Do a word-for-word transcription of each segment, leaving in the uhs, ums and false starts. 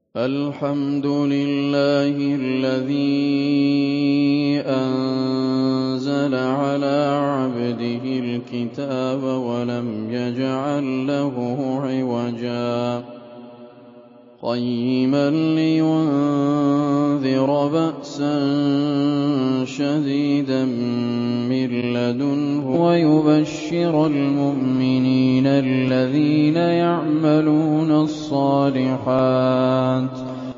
الحمد لله الذي أنزل على عبده الكتاب ولم يجعل له عوجا قيما لينذر بأسا شديدا من لدنه ويبشر المؤمنين الذين يعملون الصالحات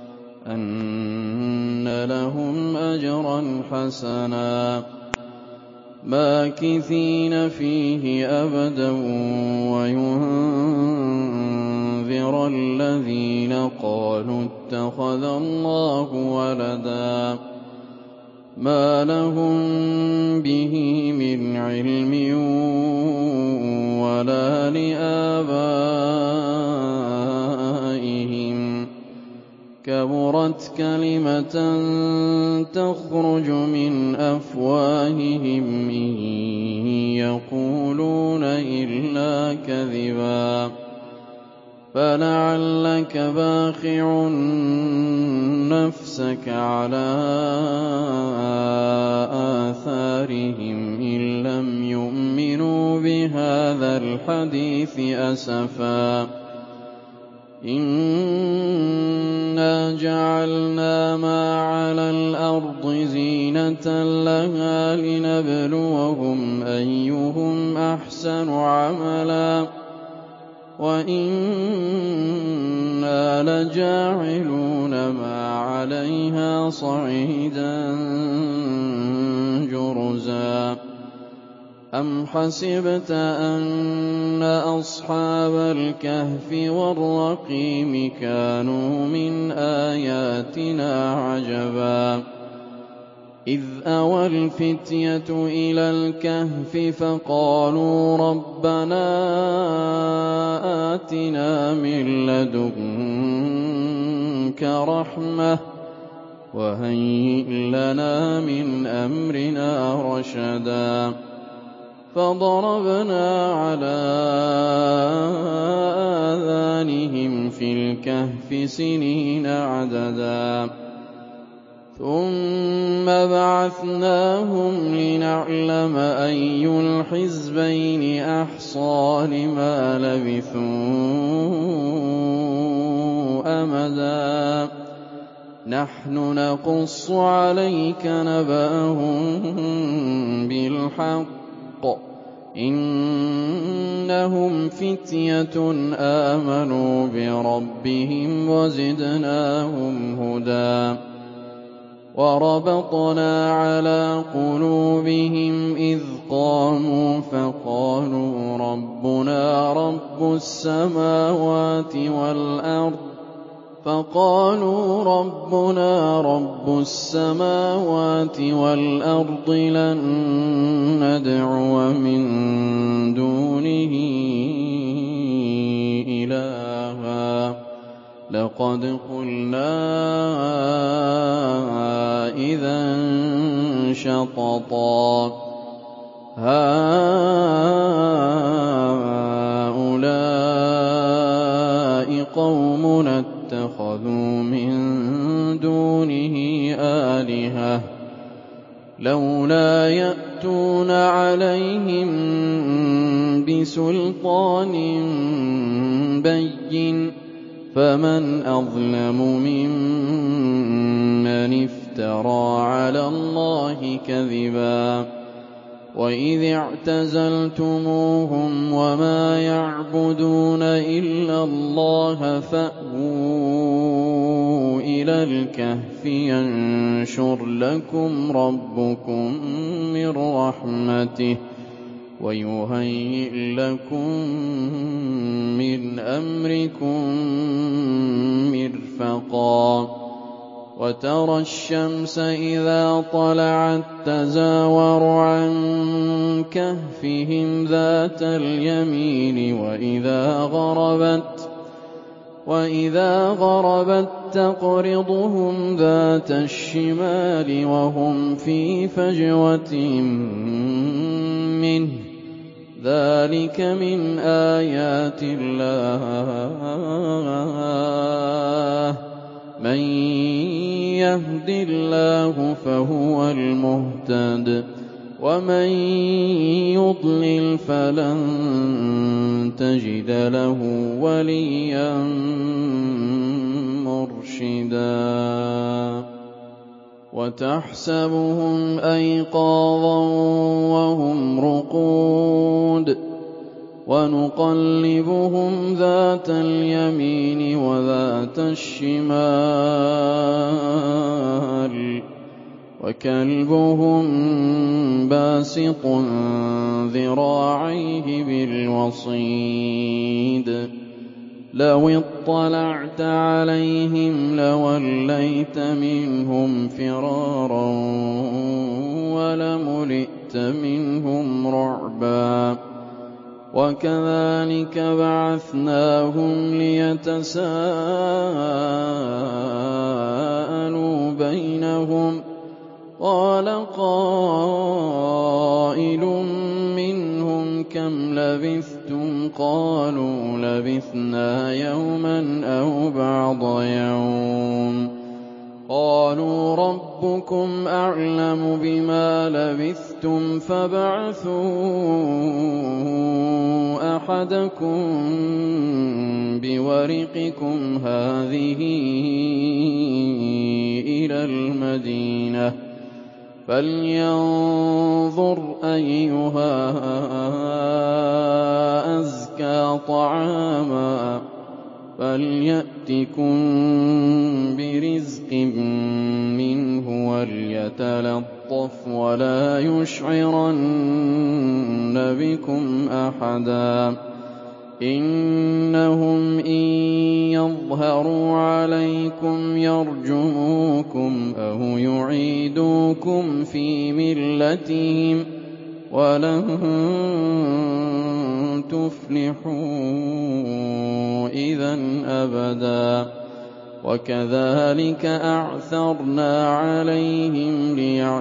أن لهم أجرا حسنا ماكثين فيه أبدا وينذر الذين قالوا اتخذ الله ولدا ما لهم به من علم ولا لآبائهم كبرت كلمة تخرج من أفواههم إن يقولون إلا كذبا فلعلك باخع نفسك على آثارهم إن لم يؤمنوا بهذا الحديث أسفا إنا جعلنا ما على الأرض زينة لها لنبلوهم أيهم أحسن عملا وإنا لجاعلون ما عليها صعيدا جرزا أم حسبت أن أصحاب الكهف والرقيم كانوا من آياتنا عجبا إذ أوى الفتية إلى الكهف فقالوا ربنا آتنا من لدنك رحمة وهيئ لنا من أمرنا رشدا فضربنا على آذانهم في الكهف سنين عددا ثم بعثناهم لنعلم أي الحزبين أحصى لما لبثوا أمدا نحن نقص عليك نبأهم بالحق إنهم فتية آمنوا بربهم وزدناهم هدى وربطنا على قلوبهم إذ قاموا فقالوا ربنا رب السماوات والأرض فقالوا ربنا رب السماوات والأرض لن ندعو من دونه إلها لقد قلنا إذا شططا هؤلاء قومنا اتخذوا من دونه آلهة لولا يأتون عليهم بسلطان بين فمن أظلم ممن افترى على الله كذبا وإذ اعتزلتموهم وما يعبدون إلا الله فأووا إلى الكهف ينشر لكم ربكم من رحمته ويهيئ لكم من أمركم مرفقا وترى الشمس إذا طلعت تزاور عن كهفهم ذات اليمين وإذا غربت وإذا غربت تقرضهم ذات الشمال وهم في فجوة منه ذلك من آيات الله مَن يَهْدِ اللَّهُ فَهُوَ الْمُهْتَدِ ۖ وَمَن يُضْلِلْ فَلَن تَجِدَ لَهُ وَلِيًّا مُّرْشِدًا وَتَحْسَبُهُمْ أَيْقَاظًا وَهُمْ رُقُودٌ وَنُقَلِّبُهُمْ ذَاتَ الْيَمِينِ وَذَاتَ الشِّمَالِ وَكَلْبُهُم بَاسِطٌ ذِرَاعَيْهِ بِالْوَصِيدِ لَوِ اطَّلَعْتَ عَلَيْهِمْ لَوَلَّيْتَ مِنْهُمْ فِرَارًا وَلَمُلِئْتَ مِنْهُمْ رُعْبًا وَكَذَٰلِكَ بَعَثْنَاهُمْ لِيَتَسَاءَلُوا بَيْنَهُمْ قَالَ قَائِلٌ مِّنْهُمْ كَمْ لَبِثْتُمْ قَالُوا لَبِثْنَا يَوْمًا أَوْ بَعْضَ يَوْمٍ قَالُوا رَبُّكُمْ أَعْلَمُ بِمَا لَبِثْتُمْ فَابْعَثُوا أَحَدَكُم بِوَرِقِكُمْ هَٰذِهِ إِلَى الْمَدِينَةِ فَلْيَنظُرْ أَيُّهَا أَزْكَىٰ طَعَامًا فَلْيَأْتِكُم بِرِزْقٍ مِّنْهُ وَلْيَتَلَطَّفْ وَلَا يُشْعِرَنَّ بِكُمْ أَحَدًا إِنَّهُمْ إِن يَظْهَرُوا عَلَيْكُمْ يَرْجُمُوكُمْ أَوْ يُعِيدُوكُمْ فِي مِلَّتِهِمْ وَلَن تُفْلِحُوا إِذًا أَبَدًا وَكَذَٰلِكَ أَعْثَرْنَا عَلَيْهِمْ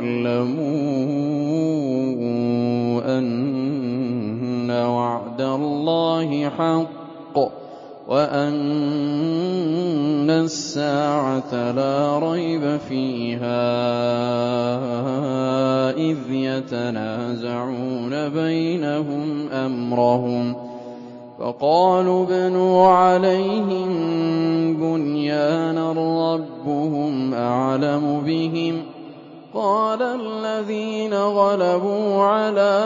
لِيَعْلَمُوا أَنَّ وَعْدَ اللَّهِ حَقٌّ وَأَنَّ السَّاعَةَ لَا رَيْبَ فِيهَا إِذْ يَتَنَازَعُونَ بَيْنَهُمْ أَمْرَهُمْ فَقَالُوا ابْنُوا عَلَيْهِم بُنْيَانًا رَّبُّهُمْ أَعْلَمُ بِهِمْ قَالَ الَّذِينَ غَلَبُوا عَلَىٰ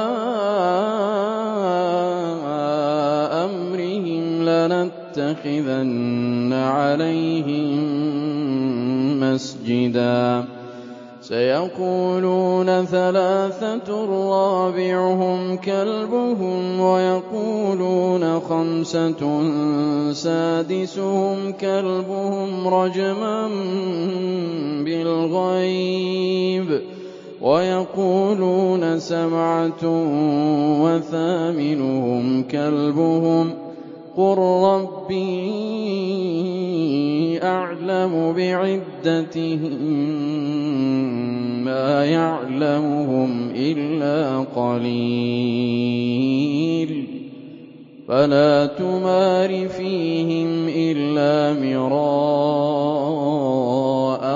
أَمْرِهِمْ لَنَتَّخِذَنَّ عَلَيْهِم مَّسْجِدًا سَيَقُولُونَ ثَلَاثَةٌ رَّابِعُهُمْ كَلْبُهُمْ وَيَقُولُونَ خَمْسَةٌ سَادِسُهُمْ كَلْبُهُمْ رَجْمًا بِالْغَيْبِ وَيَقُولُونَ سَبْعَةٌ وَثَامِنُهُمْ كَلْبُهُمْ قُل رَّبِّي أَعْلَمُ بِعِدَّتِهِم مَّا يَعْلَمُهُمْ إِلَّا قَلِيلٌ فَلَا تُمَارِ فِيهِمْ إِلَّا مِرَاءً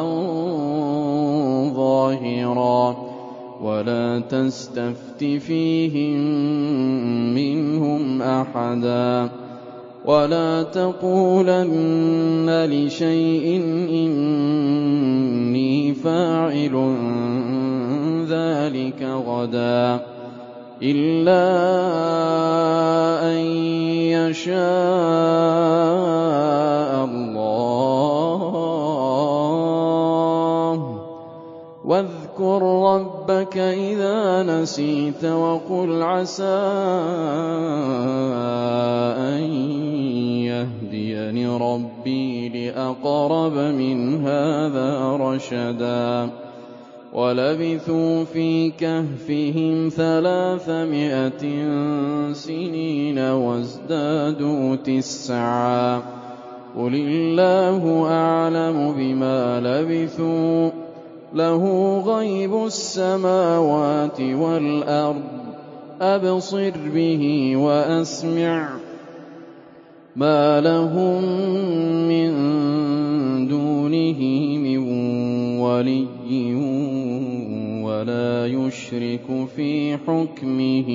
ظَاهِرًا وَلَا تَسْتَفْتِ فِيهِم مِّنْهُمْ أَحَدًا وَلَا تَقُولَنَّ لِشَيْءٍ إِنِّي فَاعِلٌ ذَٰلِكَ غَدًا إِلَّا أَن يَشَاءَ اللَّهُ وَاذْكُر رَّبَّكَ إِذَا نَسِيتَ وَقُلْ عَسَىٰ أَن يَهْدِيَنِ رَبِّي لِأَقْرَبَ مِنْ هَٰذَا رَشَدًا وَلَبِثُوا فِي كَهْفِهِمْ ثَلَاثَمِائَةٍ سِنِينَ وَازْدَادُوا تِسْعًا قُلِ اللَّهُ أَعْلَمُ بِمَا لَبِثُوا لَهُ غَيْبُ السَّمَاوَاتِ وَالْأَرْضِ أَبْصِرْ بِهِ وَأَسْمِعْ مَا لَهُم مِّن دُونِهِ نُشْرِكُ فِي حُكْمِهِ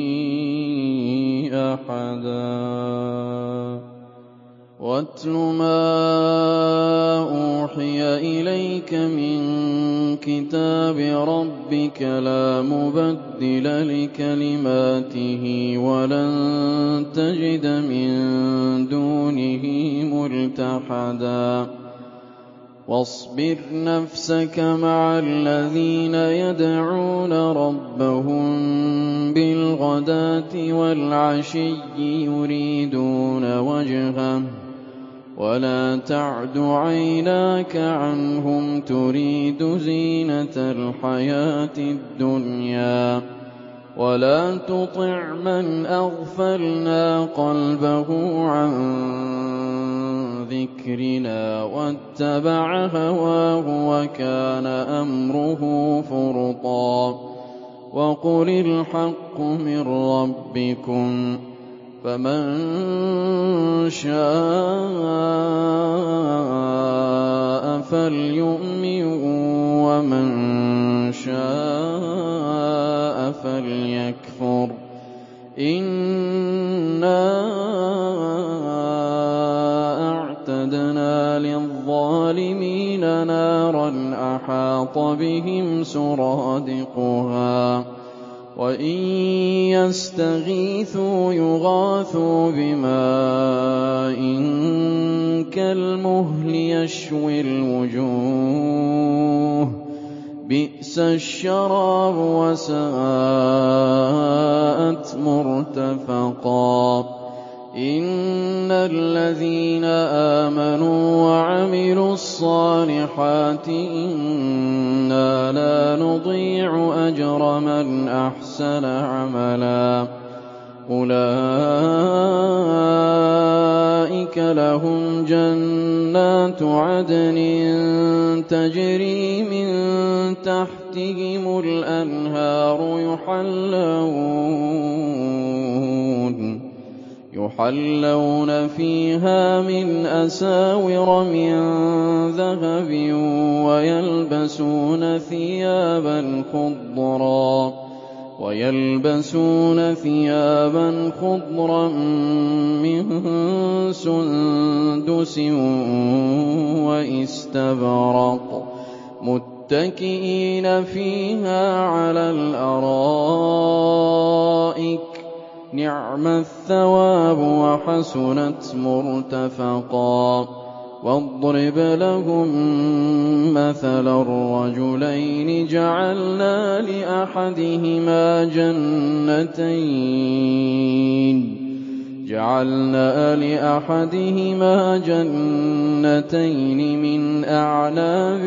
أَحَدًا وَاتْلُ مَا أُوحِيَ إِلَيْكَ مِن كِتَابِ رَبِّكَ لَا مُبَدِّلَ لِكَلِمَاتِهِ وَلَن تَجِدَ مِن دُونِهِ مُلْتَحَدًا وَاصْبِرْ نَفْسَكَ مَعَ الَّذِينَ يَدْعُونَ رَبَّهُم بِالْغَدَاةِ وَالْعَشِيِّ يُرِيدُونَ وَجْهَهُ وَلَا تَعْدُ عَيْنَاكَ عَنْهُمْ تُرِيدُ زِينَةَ الْحَيَاةِ الدُّنْيَا وَلَا تُطِعْ مَنْ أَغْفَلْنَا قَلْبَهُ عَن ذِكْرِنَا وَاتَّبَعَ هَوَاهُ وَكَانَ أَمْرُهُ فُرُطًا وَقُلِ الْحَقُّ مِن رَّبِّكُمْ فَمَن شَاءَ فَلْيُؤْمِن وَمَن شَاءَ فَلْيَكْفُرْ إِنَّا أَعْتَدْنَا لِلظَّالِمِينَ نَارًا أَحَاطَ بِهِمْ سُرَادِقُهَا وَإِن يَسْتَغِيثُوا يُغَاثُوا بِمَاءٍ كَالْمُهْلِ يَشْوِي الْوُجُوهَ بِئْسَ الشَّرَابُ وَسَاءَتْ مُرْتَفَقًا إِنَّ الَّذِينَ آمَنُوا وَعَمِلُوا الصَّالِحَاتِ إِنَّا لَا نُضِيعُ أَجْرَ مَنْ أَحْسَنَ عَمَلًا أُولَٰئِكَ لَهُمْ جَنَّاتُ عَدْنٍ تَجْرِي مِن تَحْتِهِمُ الْأَنْهَارُ يُحَلَّوْنَ يُحَلَّوْنَ فِيهَا مِنْ أَسَاوِرَ مِن ذَهَبٍ وَيَلْبَسُونَ ثِيَابًا خُضْرًا وَيَلْبَسُونَ ثِيَابًا خُضْرًا مِّن سُندُسٍ وَإِسْتَبْرَقٍ مُّتَّكِئِينَ فِيهَا عَلَى الْأَرَائِكِ نِعْمَ الثَّوَابُ وَحَسُنَتْ مُرْتَفَقًا وَاضْرِبْ لَهُم مَّثَلًا الرَّجُلَيْنِ جَعَلْنَا لِأَحَدِهِمَا جَنَّتَيْنِ جَعَلْنَا لِأَحَدِهِمَا جَنَّتَيْنِ مِنْ أَعْنَابٍ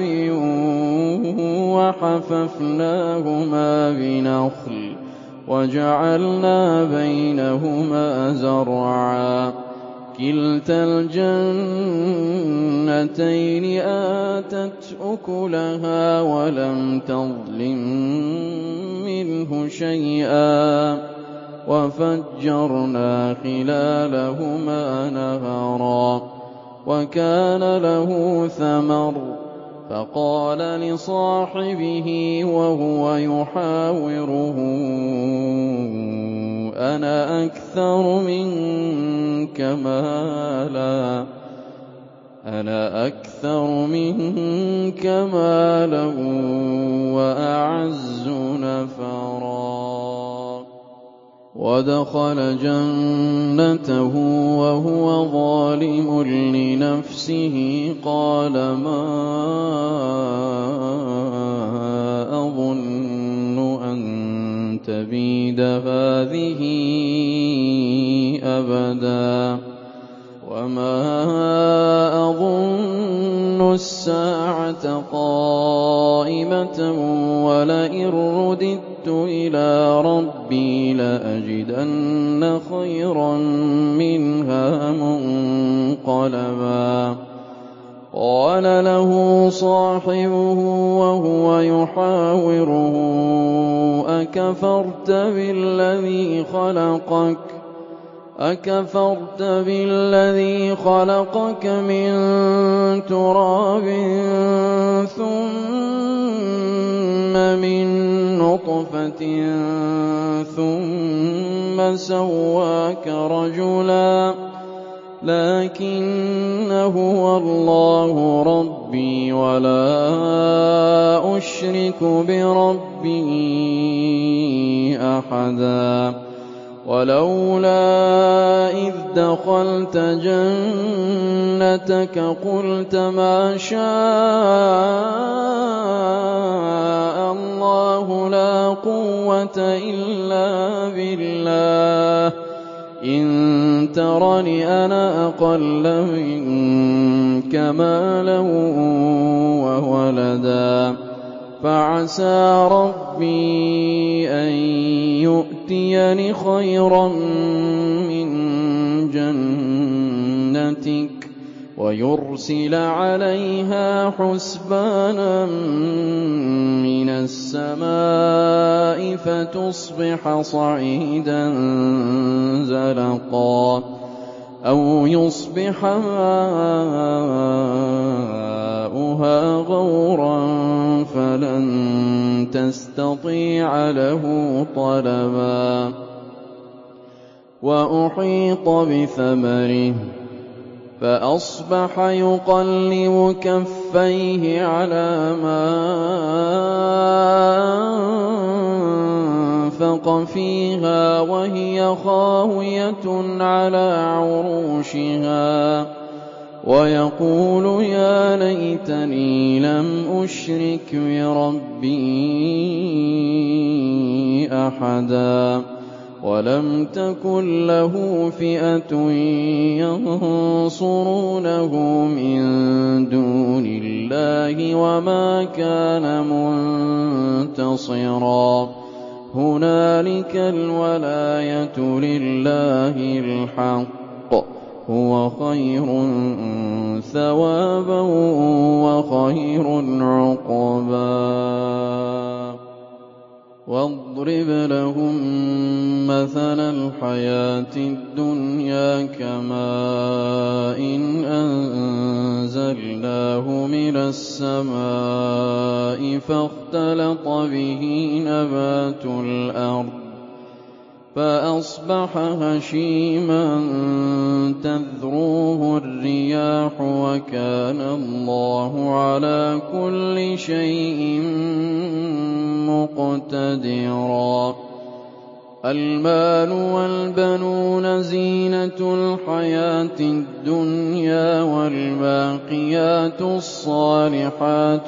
وَحَفَفْنَاهُمَا بِنَخْلٍ وَجَعَلْنَا بَيْنَهُمَا زَرْعًا كِلْتَا الْجَنَّتَيْنِ آتَتْ أُكُلَهَا وَلَمْ تَظْلِم مِّنْهُ شَيْئًا وَفَجَّرْنَا خِلَالَهُمَا نَهَرًا وَكَانَ لَهُ ثَمَرٌ فَقَالَ لِصَاحِبِهِ وَهُوَ يُحَاوِرُهُ أَنَا أَكْثَرُ مِنكَ مَالًا أَنَا أَكْثَرُ مِنكَ مَالًا وَأَعَزُّ نَفَرًا وَدَخَلَ جَنَّتَهُ وَهُوَ ظَالِمٌ لِّنَفْسِهِ قَالَ مَا أَظُنُّ أَن تَبِيدَ هَٰذِهِ أَبَدًا وَمَا أَظُنُّ السَّاعَةَ قَائِمَةً وَلَئِن رُّدِدتُّ إِلَىٰ رَبِّي لَأَجِدَنَّ خَيْرًا مِّنْهَا مُنقَلَبًا قَالَ لَهُ صَاحِبُهُ وَهُوَ يُحَاوِرُهُ أَكَفَرْتَ بِالَّذِي خَلَقَكَ أَكَفَرْتَ بِالَّذِي خَلَقَكَ مِن تُرَابٍ ثُمَّ مِن نُطْفَةٍ ثُمَّ سَوَّاكَ رَجُلًا لَكِنَّ هُوَ اللَّهُ رَبِّي وَلَا أُشْرِكُ بِرَبِّي أَحَدًا وَلَوْلَا إِذْ دَخَلْتَ جَنَّتَكَ قُلْتَ مَا شَاءَ اللَّهُ لَا قُوَّةَ إِلَّا بِاللَّهِ إِن تَرَنِ أَنَا أَقَلَّ مِنكَ مَالًا وَوَلَدًا فَعَسَىٰ رَبِّي أَن يُؤْتِيَنِ خَيْرًا مِّن جَنَّتِكَ وَيُرْسِلَ عَلَيْهَا حُسْبَانًا مِّنَ السَّمَاءِ فَتُصْبِحَ صَعِيدًا زَلَقًا أَوْ يُصْبِحَ مَاؤُهَا غَوْرًا فَلَن تَسْتَطِيعَ لَهُ طَلَبًا وَأُحِيطَ بِثَمَرِهِ فَأَصْبَحَ يُقَلِّبُ كَفَّيْهِ عَلَىٰ مَا أَنفَقَ فِيهَا وَهِيَ خَاوِيَةٌ عَلَىٰ عُرُوشِهَا وَيَقُولُ يَا لَيْتَنِي لَمْ أُشْرِكْ بِرَبِّي أَحَدًا وَلَمْ تَكُن لَّهُ فِئَةٌ يَنصُرُونَهُ مِن دُونِ اللَّهِ وَمَا كَانَ مُنتَصِرًا هُنَالِكَ الْوَلَايَةُ لِلَّهِ الْحَقِّ هُوَ خَيْرٌ ثَوَابًا وَخَيْرٌ عُقْبًا وَاضْرِبْ لَهُم مَّثَلَ الْحَيَاةِ الدُّنْيَا كَمَاءٍ أَنزَلْنَاهُ مِنَ السَّمَاءِ فَاخْتَلَطَ بِهِ نَبَاتُ الْأَرْضِ فَأَصْبَحَ هَشِيمًا تَذْرُوهُ الرِّيَاحُ وَكَانَ اللَّهُ عَلَىٰ كُلِّ شَيْءٍ مُّقْتَدِرًا الْمَالُ وَالْبَنُونَ زِينَةُ الْحَيَاةِ الدُّنْيَا وَالْبَاقِيَاتُ الصَّالِحَاتُ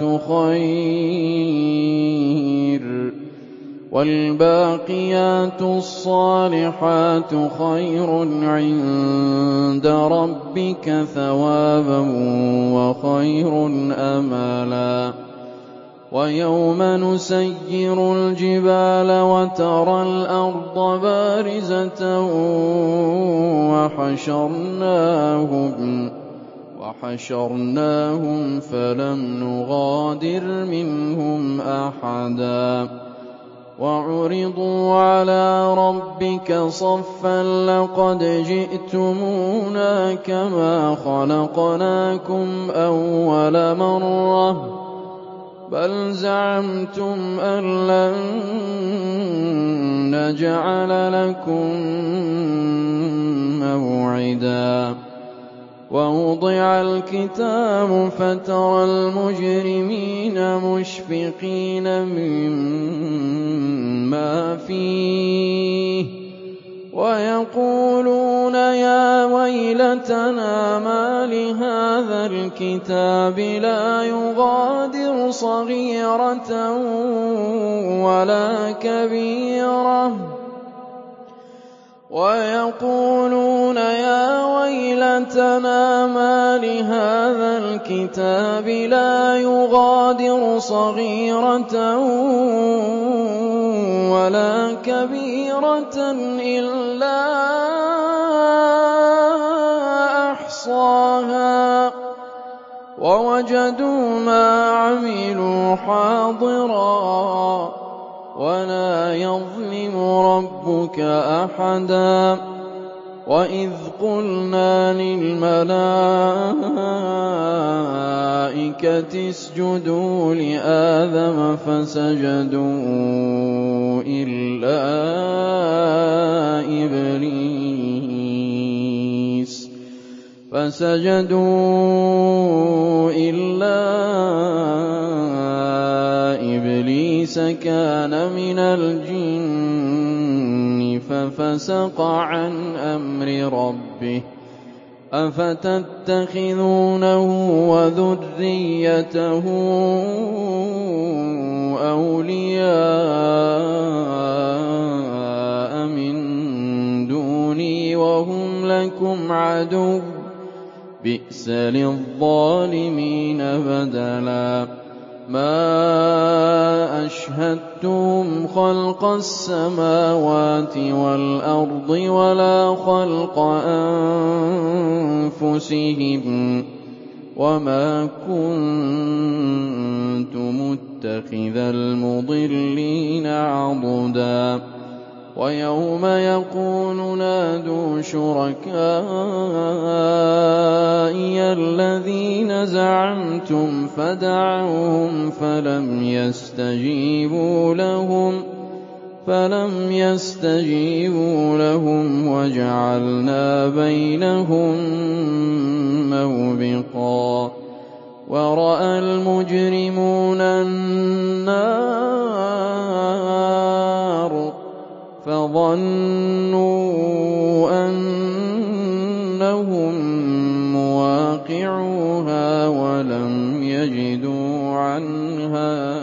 خَيْرٌ وَالْبَاقِيَاتُ الصَّالِحَاتُ خَيْرٌ عِندَ رَبِّكَ ثَوَابًا وَخَيْرٌ أَمَلًا وَيَوْمَ نُسَيِّرُ الْجِبَالَ وَتَرَى الْأَرْضَ بَارِزَةً وَحَشَرْنَاهُمْ وَحَشَرْنَاهُمْ فَلَمْ نُغَادِرْ مِنْهُمْ أَحَدًا وَعُرِضُوا عَلَىٰ رَبِّكَ صَفًّا لَّقَدْ جِئْتُمُونَا كَمَا خَلَقْنَاكُمْ أَوَّلَ مَرَّةٍ بَلْ زَعَمْتُمْ أَن لَّن نَّجْعَلَ لَكُم مَّوْعِدًا وَوُضِعَ الْكِتَابُ فَتَرَى الْمُجْرِمِينَ مُشْفِقِينَ مِمَّا فِيهِ وَيَقُولُونَ يَا وَيْلَتَنَا مَالِ هَٰذَا الْكِتَابِ لَا يُغَادِرُ صَغِيرَةً وَلَا كَبِيرَةً وَيَقُولُونَ يَا وَيْلَتَنَا مَالِ هَٰذَا الْكِتَابِ لَا يُغَادِرُ صَغِيرَةً وَلَا كَبِيرَةً إِلَّا أَحْصَاهَا وَوَجَدُوا مَا عَمِلُوا حَاضِرًا وَلَا يَظْلِمُ رَبُّكَ أَحَدًا وَإِذْ قُلْنَا لِلْمَلَائِكَةِ اسْجُدُوا لِآدَمَ فَسَجَدُوا إِلَّا إِبْلِيسَ فَسَجَدُوا إِلَّا إِبْلِيسَ كَانَ مِنَ الْجِنِّ فَفَسَقَ عَنْ أَمْرِ رَبِّهِ أَفَتَتَّخِذُونَهُ وَذُرِّيَّتَهُ أَوْلِيَاءَ مِن دُونِي وَهُمْ لَكُمْ عَدُوٌّ ۚ بِئْسَ لِلظَّالِمِينَ بَدَلًا مَا أَشْهَدتُّهُمْ خَلْقَ السَّمَاوَاتِ وَالْأَرْضِ وَلَا خَلْقَ أَنفُسِهِمْ وَمَا كُنتُ مُتَّخِذَ الْمُضِلِّينَ عَضُدًا وَيَوْمَ يَقُولُ نَادُوا شُرَكَائِيَ الَّذِينَ زَعَمْتُمْ فَدَعَوْهُمْ فَلَمْ يَسْتَجِيبُوا لَهُمْ فَلَمْ يَسْتَجِيبُوا لَهُمْ وَجَعَلْنَا بَيْنَهُم مَّوْبِقًا وَرَأَى الْمُجْرِمُونَ النَّارَ فَظَنُّوا أَنَّهُم مُّوَاقِعُوهَا وَلَمْ يَجِدُوا عَنْهَا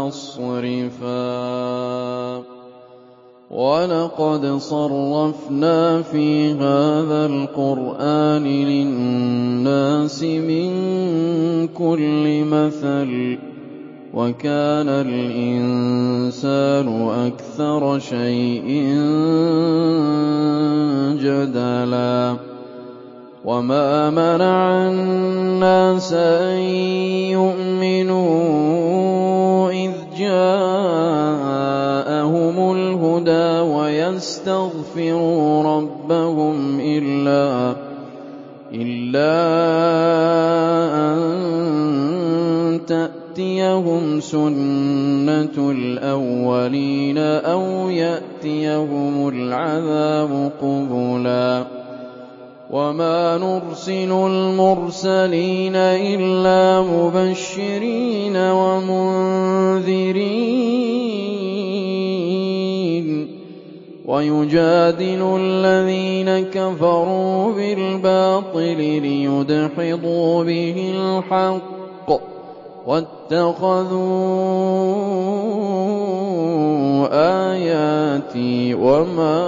مَصْرِفًا وَلَقَدْ صَرَّفْنَا فِي هَٰذَا الْقُرْآنِ لِلنَّاسِ مِن كُلِّ مَثَلٍ وَكَانَ الْإِنسَانُ أَكْثَرَ شَيْءٍ جَدَلًا وَمَا مَنَعَ النَّاسَ أَن يُؤْمِنُوا إِذْ جَاءَهُمُ الْهُدَىٰ وَيَسْتَغْفِرُوا رَبَّهُمْ إِلَّا إِلَّا أَن تَأْتِيَهُمْ سُنَّةُ الْأَوَّلِينَ أَوْ يَأْتِيَهُمُ الْعَذَابُ قُبُلًا وَمَا نُرْسِلُ الْمُرْسَلِينَ إِلَّا مُبَشِّرِينَ وَمُنذِرِينَ وَيُجَادِلُ الَّذِينَ كَفَرُوا بِالْبَاطِلِ لِيُدْحِضُوا بِهِ الْحَقَّ وَاتَّخَذُوا آيَاتِي وَمَا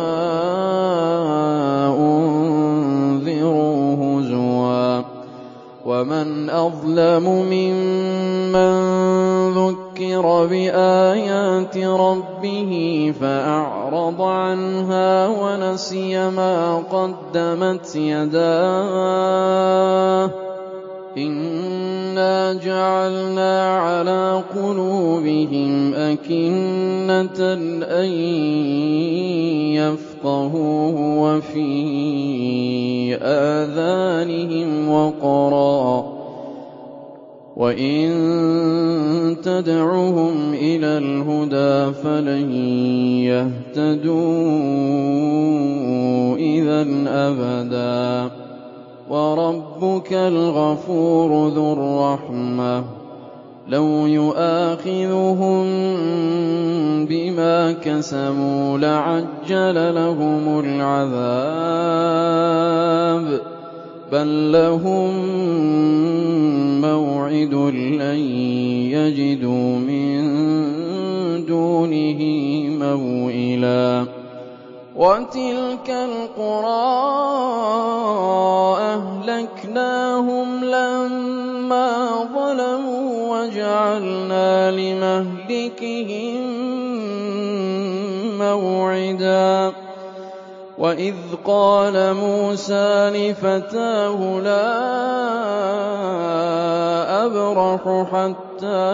أُنذِرُوا هُزُوًا وَمَنْ أَظْلَمُ مِمَّن ذُكِّرَ بِآيَاتِ رَبِّهِ فَأَعْرَضَ عَنْهَا وَنَسِيَ مَا قَدَّمَتْ يَدَاهُ إِنَّا جَعَلْنَا عَلَىٰ قُلُوبِهِمْ أَكِنَّةً أَن يَفْقَهُوهُ وَفِي آذَانِهِمْ وَقْرًا ۚ وَإِن تَدْعُهُمْ إِلَى الْهُدَىٰ فَلَن يَهْتَدُوا إِذًا أَبَدًا وَرَبُّكَ الْغَفُورُ ذُو الرَّحْمَةِ لَوْ يُؤَاخِذُهُم بِمَا كَسَبُوا لَعَجَّلَ لَهُمُ الْعَذَابَ بَل لَّهُم مَّوْعِدٌ لَّن يَجِدُوا مِن دُونِهِ مَوْئِلًا وَتِلْكَ الْقُرَىٰ أَهْلَكْنَاهُمْ لَمَّا ظَلَمُوا وَجَعَلْنَا لِمَهْلِكِهِم مَّوْعِدًا وَإِذْ قَالَ مُوسَىٰ لِفَتَاهُ لَا أَبْرَحُ حَتَّىٰ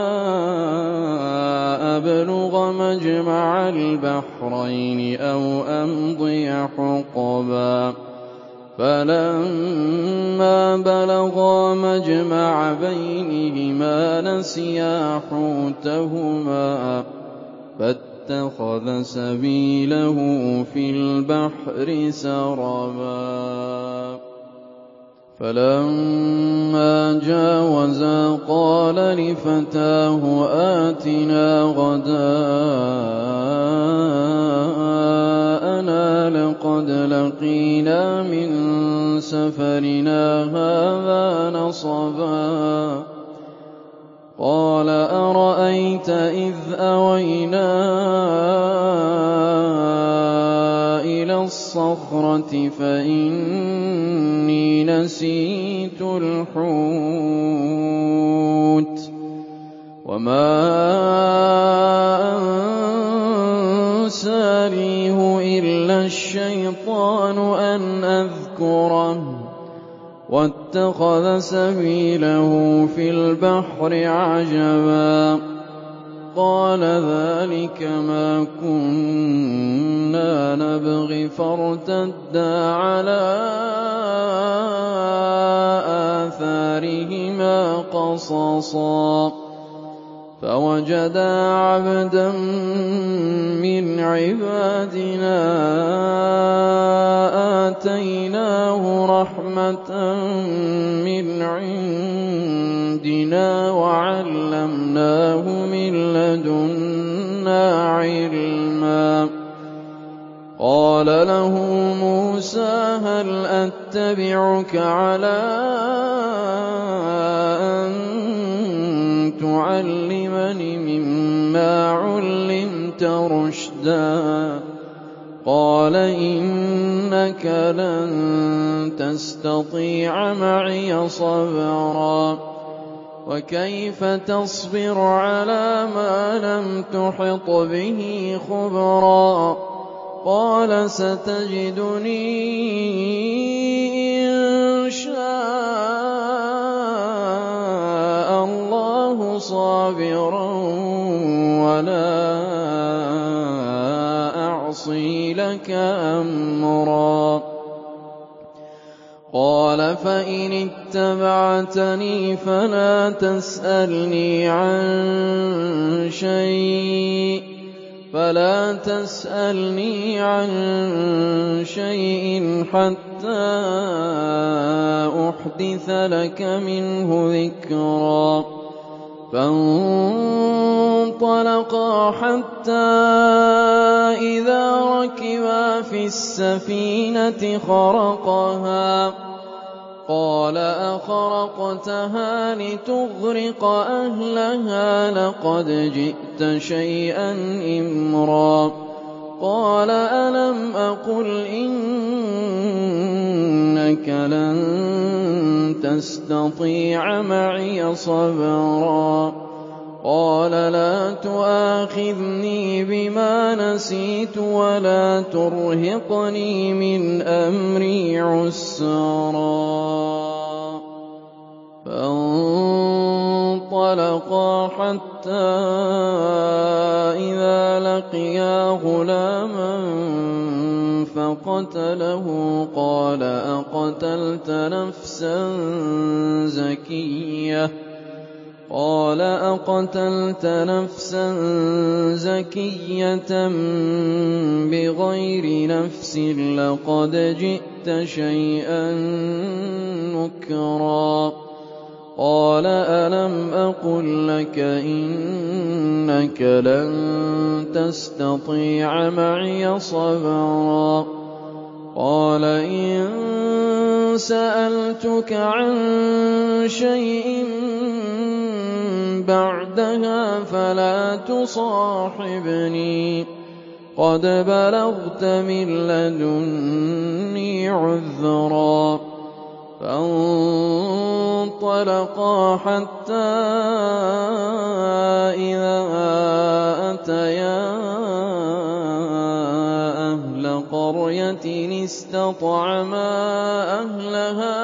أَبْلُغَ مَجْمَعَ الْبَحْرَيْنِ أَوْ أَمْضِيَ حُقُبًا فَلَمَّا بَلَغَا مَجْمَعَ بَيْنِهِمَا نَسِيَا حُوتَهُمَا فَاتَّخَذَ سَبِيلَهُ فِي الْبَحْرِ سَرَبًا فَلَمَّا جَاوَزَا قَالَ لِفَتَاهُ آتِنَا غَدَاءَنَا لَقَدْ لَقِينَا مِن سَفَرِنَا هَٰذَا نَصَبًا قَالَ أَرَأَيْتَ إِذْ أَوَيْنَا إِلَى الصَّخْرَةِ فَإِنِّي نَسِيتُ الْحُوتَ وَمَا أَنسَانِيهُ إِلَّا الشَّيْطَانُ أَنْ أَذْكُرَهُ وَاتَّخَذَ سَبِيلَهُ فِي الْبَحْرِ عَجَبًا قَالَ ذَٰلِكَ مَا كُنَّا نَبْغِ فَارْتَدَّا عَلَىٰ آثَارِهِمَا قَصَصًا فَوَجَدَا عَبْدًا مِّنْ عِبَادِنَا آتَيْنَاهُ رَحْمَةً مِّنْ عِندِنَا وَعَلَّمْنَاهُ مِن لَّدُنَّا عِلْمًا قَالَ لَهُ مُوسَىٰ هَلْ أَتَّبِعُكَ عَلَىٰ أَن تُعَلِّمَنِ مِمَّا عُلِّمْتَ رُشْدًا قَالَ إِنَّكَ لَن تَسْتَطِيعَ مَعِيَ صَبْرًا وَكَيْفَ تَصْبِرُ عَلَىٰ مَا لَمْ تُحِطْ بِهِ خُبْرًا قَالَ سَتَجِدُنِي إِن شَاءَ اللَّهُ صَابِرًا وَلَا أَعْصِي لَكَ أَمْرًا قَالَ فَإِنِ اتَّبَعْتَنِي فَلَا تَسْأَلْنِي عَن شَيْءٍ فَلَا تَسْأَلْنِي عَن شَيْءٍ حَتَّىٰ أُحْدِثَ لَكَ مِنْهُ ذِكْرًا فَانطَلَقَا حَتَّىٰ إِذَا رَكِبَا فِي السَّفِينَةِ خَرَقَهَا قَالَ أَخَرَقْتَهَا لِتُغْرِقَ أَهْلَهَا لَقَدْ جِئْتَ شَيْئًا إِمْرًا قَالَ أَلَمْ أَقُلْ إِنَّكَ لَن تَسْتَطِيعَ مَعِيَ صَبْرًا قَالَ لَا تُؤَاخِذْنِي بِمَا نَسِيتُ وَلَا تُرْهِقْنِي مِنْ أَمْرِي عُسْرًا فَانطَلَقَا حَتَّىٰ إِذَا لَقِيَا غُلَامًا فَقَتَلَهُ قَالَ أَقَتَلْتَ نَفْسًا زَكِيَّةً قَالَ أَقَتَلْتَ نَفْسًا زَكِيَّةً بِغَيْرِ نَفْسٍ لَّقَدْ جِئْتَ شَيْئًا نُّكْرًا قَالَ أَلَمْ أَقُل لَّكَ إِنَّكَ لَن تَسْتَطِيعَ مَعِيَ صَبْرًا قَالَ إِن سَأَلْتُكَ عَن شَيْءٍ بَعْدَهَا فَلَا تُصَاحِبْنِي قَدْ بَلَغْتَ مِن لَّدُنِّي عُذْرًا فَانطَلَقَا حَتَّىٰ إِذَا أَتَيَا أَهْلَ قَرْيَةٍ اسْتَطْعَمَا أَهْلَهَا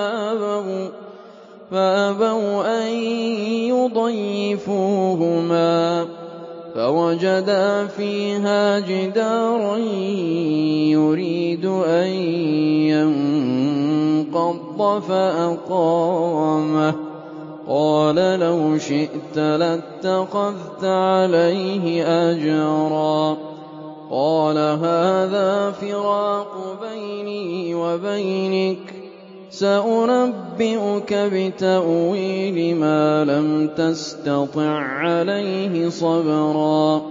فَأَبَوْا أَن يُضَيِّفُوهُمَا فَوَجَدَا فِيهَا جِدَارًا يُرِيدُ أَن الْأَرْضَ فَأَقَامَهُ قَالَ لَوْ شِئْتَ لَاتَّخَذْتَ عَلَيْهِ أَجْرًا قَالَ هَٰذَا فِرَاقُ بَيْنِي وَبَيْنِكَ سَأُنَبِّئُكَ بِتَأْوِيلِ مَا لَمْ تَسْتَطِع عَّلَيْهِ صَبْرًا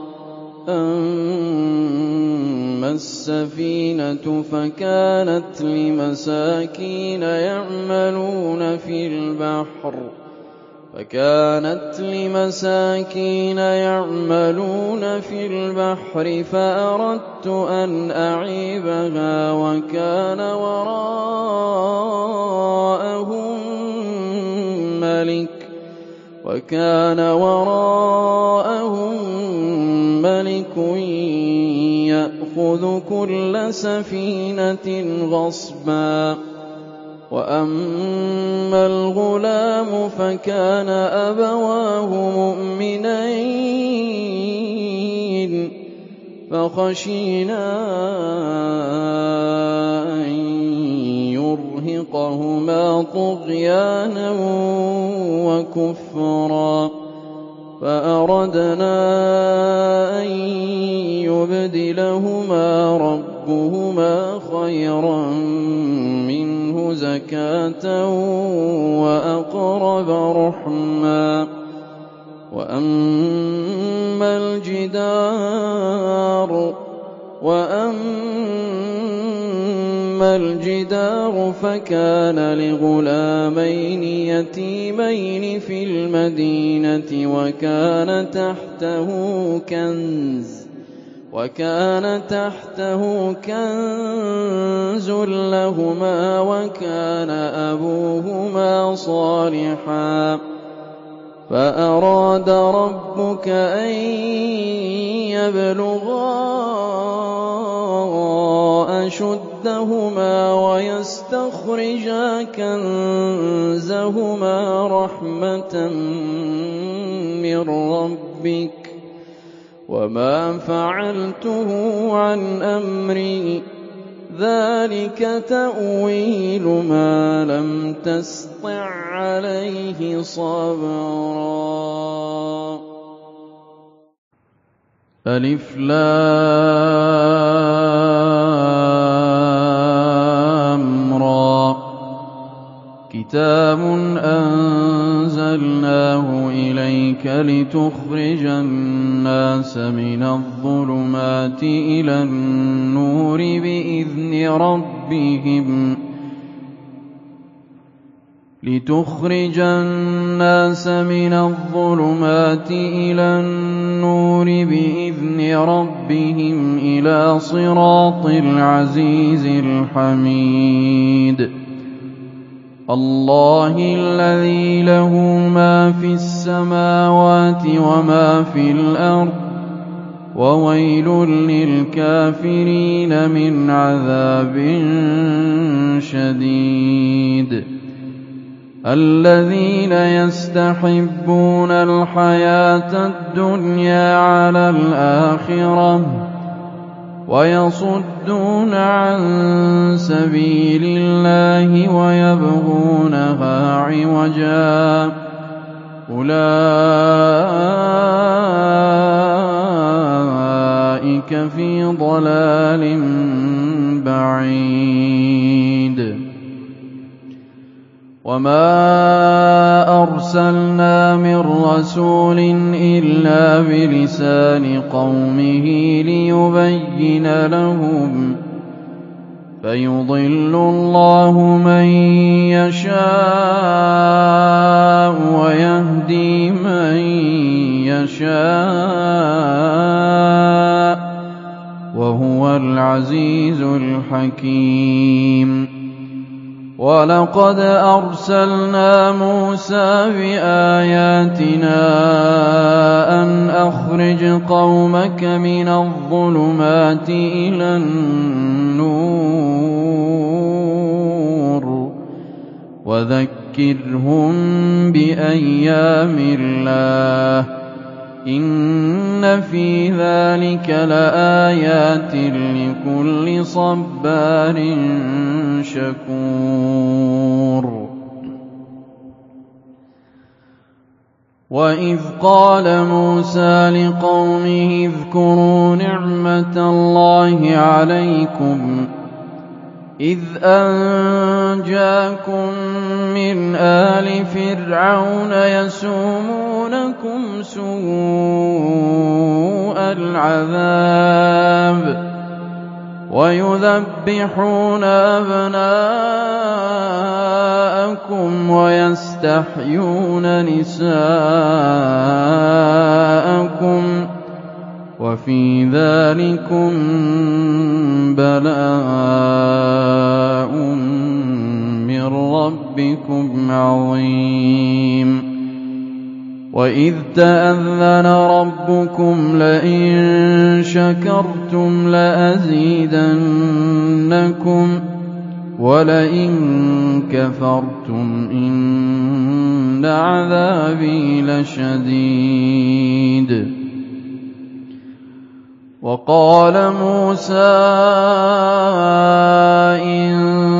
أَمَّا السَّفِينَةُ فَكَانَتْ لِمَسَاكِينَ يَعْمَلُونَ فِي الْبَحْرِ فَكَانَتْ لِمَسَاكِينَ يَعْمَلُونَ فِي الْبَحْرِ فَأَرَدتُّ أَنْ أَعِيبَهَا وَكَانَ وَرَاءَهُم مَّلِكٌ وَكَانَ وَرَاءَهُم مَّلِكٌ يَأْخُذُ كُلَّ سَفِينَةٍ غَصْبًا وَأَمَّا الْغُلَامُ فَكَانَ أَبَوَاهُ مُؤْمِنَيْنِ فَخَشِينَا أَن يُرْهِقَهُمَا طُغْيَانًا وَكُفْرًا فَأَرَدْنَا أَن يُبْدِلَهُمَا رَبُّهُمَا خَيْرًا مِّنْهُ زَكَاةً وَأَقْرَبَ رُحْمًا وَأَمَّا الْجِدَارُ وَأَمَّا الْجِدَارُ فَكَانَ لِغُلَامَيْنِ يَتِيمَيْنِ فِي الْمَدِينَةِ وَكَانَ تَحْتَهُ كَنْزٌ وَكَانَ تَحْتَهُ كَنزٌ لَّهُمَا وَكَانَ أَبُوهُمَا صَالِحًا فَأَرَادَ رَبُّكَ أَن يَبْلُغَا أَشُدَّهُمَا وَيَسْتَخْرِجَا كَنزَهُمَا رَحْمَةً مِّن رَّبِّكَ وَمَا فَعَلْتُهُ عَنْ أَمْرِي ذَٰلِكَ تَأْوِيلُ مَا لَمْ تَسْطِع عَّلَيْهِ صَبْرًا أَلِفْ لَامْ رَا كِتَابٌ أَنزَلْنَاهُ إِلَيْكَ لِتُخْرِجَ النَّاسَ مِنَ الظُّلُمَاتِ إِلَى النُّورِ بِإِذْنِ رَبِّهِمْ لِتُخْرِجَ النَّاسَ مِنَ الظُّلُمَاتِ إِلَى النُّورِ بِإِذْنِ رَبِّهِمْ إِلَى صِرَاطِ الْعَزِيزِ الْحَمِيدِ اللَّهِ الَّذِي لَهُ مَا فِي السَّمَاوَاتِ وَمَا فِي الْأَرْضِ وَوَيْلٌ لِّلْكَافِرِينَ مِنْ عَذَابٍ شَدِيدٍ الَّذِينَ يَسْتَحِبُّونَ الْحَيَاةَ الدُّنْيَا عَلَى الْآخِرَةِ وَيَصُدُّونَ عَن سَبِيلِ اللَّهِ وَيَبْغُونَهَا عِوَجًا أُولَٰئِكَ فِي ضَلَالٍ بَعِيدٍ وَمَا أَرْسَلْنَا مِن رَّسُولٍ إِلَّا بِلِسَانِ قَوْمِهِ لِيُبَيِّنَ لَهُمْ فَيُضِلُّ اللَّهُ مَن يَشَاءُ وَيَهْدِي مَن يَشَاءُ وَهُوَ الْعَزِيزُ الْحَكِيمُ وَلَقَدْ أَرْسَلْنَا مُوسَىٰ بِآيَاتِنَا أَنْ أَخْرِجْ قَوْمَكَ مِنَ الظُّلُمَاتِ إِلَى النُّورِ وَذَكِّرْهُم بِأَيَّامِ اللَّهِ إِنَّ فِي ذَلِكَ لَآيَاتٍ لِكُلِّ صَبَّارٍ شَكُورٍ. وَإِذْ قَالَ مُوسَىٰ لِقَوْمِهِ اذْكُرُوا نِعْمَةَ اللَّهِ عَلَيْكُمْ إِذْ أَنجَاكُم مِّنْ آلِ فِرْعَوْنَ يَسُومُونَكُمْ سُوءَ الْعَذَابِ وَيُذَبِّحُونَ أَبْنَاءَكُمْ وَيَسْتَحْيُونَ نِسَاءَكُمْ وَفِي ذَٰلِكُم بَلَاءٌ مِّن رَّبِّكُمْ عَظِيمٌ. وَإِذْ تَأَذَّنَ رَبُّكُمْ لَئِن شَكَرْتُمْ لَأَزِيدَنَّكُمْ وَلَئِن كَفَرْتُمْ إِنَّ عَذَابِي لَشَدِيدٌ. وَقَالَ مُوسَىٰ إِن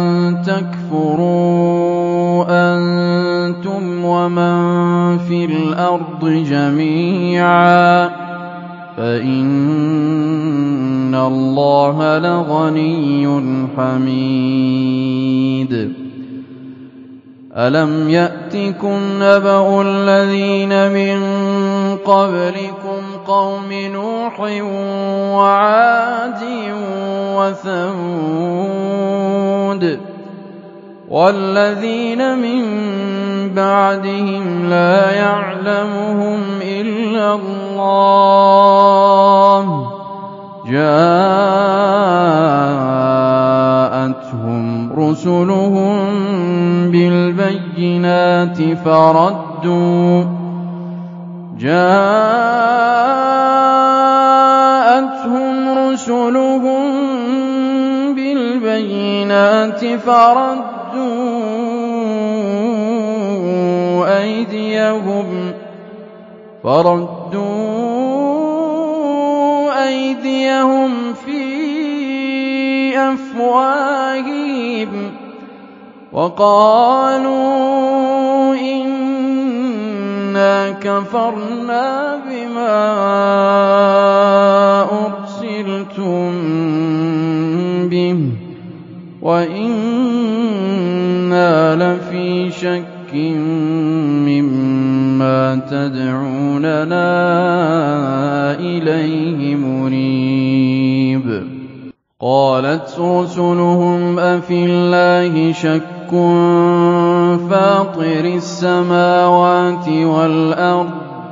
تَكْفُرُوا أَنتُمْ وَمَن فِي الْأَرْضِ جَمِيعًا فَإِنَّ اللَّهَ لَغَنِيٌّ حَمِيدٌ. أَلَمْ يَأْتِكُمْ نَبَأُ الَّذِينَ مِن قَبْلِكُمْ قَوْمِ نُوحٍ وَعَادٍ وَثَمُودَ وَالَّذِينَ مِن بَعْدِهِمْ لَا يَعْلَمُهُمْ إِلَّا اللَّهُ جَاءَتْهُمْ رُسُلُهُم بِالْبَيِّنَاتِ فَرَدُّوا جاءتهم رسلهم بالبينات فردوا أيديهم فردوا أيديهم في أفواههم وقالوا إِنَّا كَفَرْنَا بِمَا أُرْسِلْتُم بِهِ وَإِنَّا لَفِي شَكٍّ مِّمَّا تَدْعُونَنَا إِلَيْهِ مُرِيبٍ. قَالَتْ رُسُلُهُمْ أَفِي اللَّهِ شَكٌّ فَاطِرِ السَّمَاوَاتِ وَالْأَرْضِ